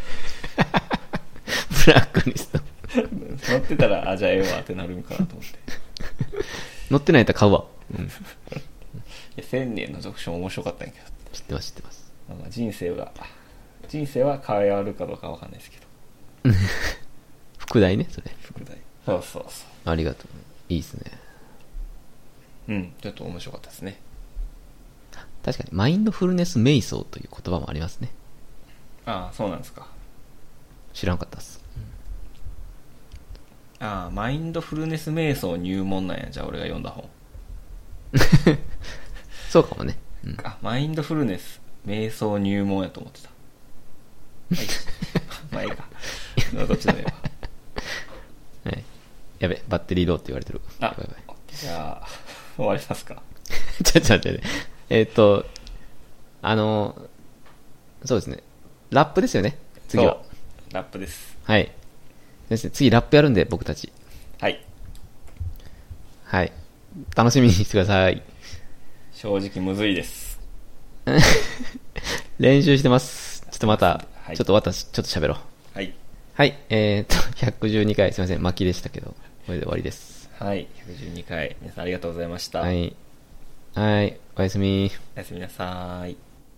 ブラックリスト。 載ってたら、あ、じゃあええわってなるんかなと思って。 載ってないやったら買うわ。うん。 いや、1000年の読書も面白かったんやけど。 知ってます、知ってます。 まあ人生は変わるかどうかわかんないですけど。 副題ね、それ。 副題。そうそうそありがとう。いいですね。 う。うん、ちょっと面白かったですね。 確かに、マインドフルネス瞑想という言葉もありますね。 ああ、そうなんですか。 知らんかったっす。 ああ、マインドフルネス瞑想入門なんや。じゃあ俺が読んだ本。 そうかもね。うん、 あ、マインドフルネス瞑想入門やと思ってた。はい。まあいいか。どっちでもいいわ。 はい。やべ、バッテリーどうって言われてる。 あ、 やばいやばい。 じゃあ、終わりますか。 ちょっと待ってね。そうですね。ラップですよね。次は。 ラップです。 はい。ですね。次ラップやるんで、僕たち。 はい。 はい。楽しみにしてください。 正直むずいです。 練習してます。ちょっとまた、 はい、 ちょっと喋ろう。 はい。 はい。112回、すいません。巻きでしたけど、これで終わりです。 はい。112回、皆さんありがとうございました。 はい。はい。おやすみ。 おやすみなさい。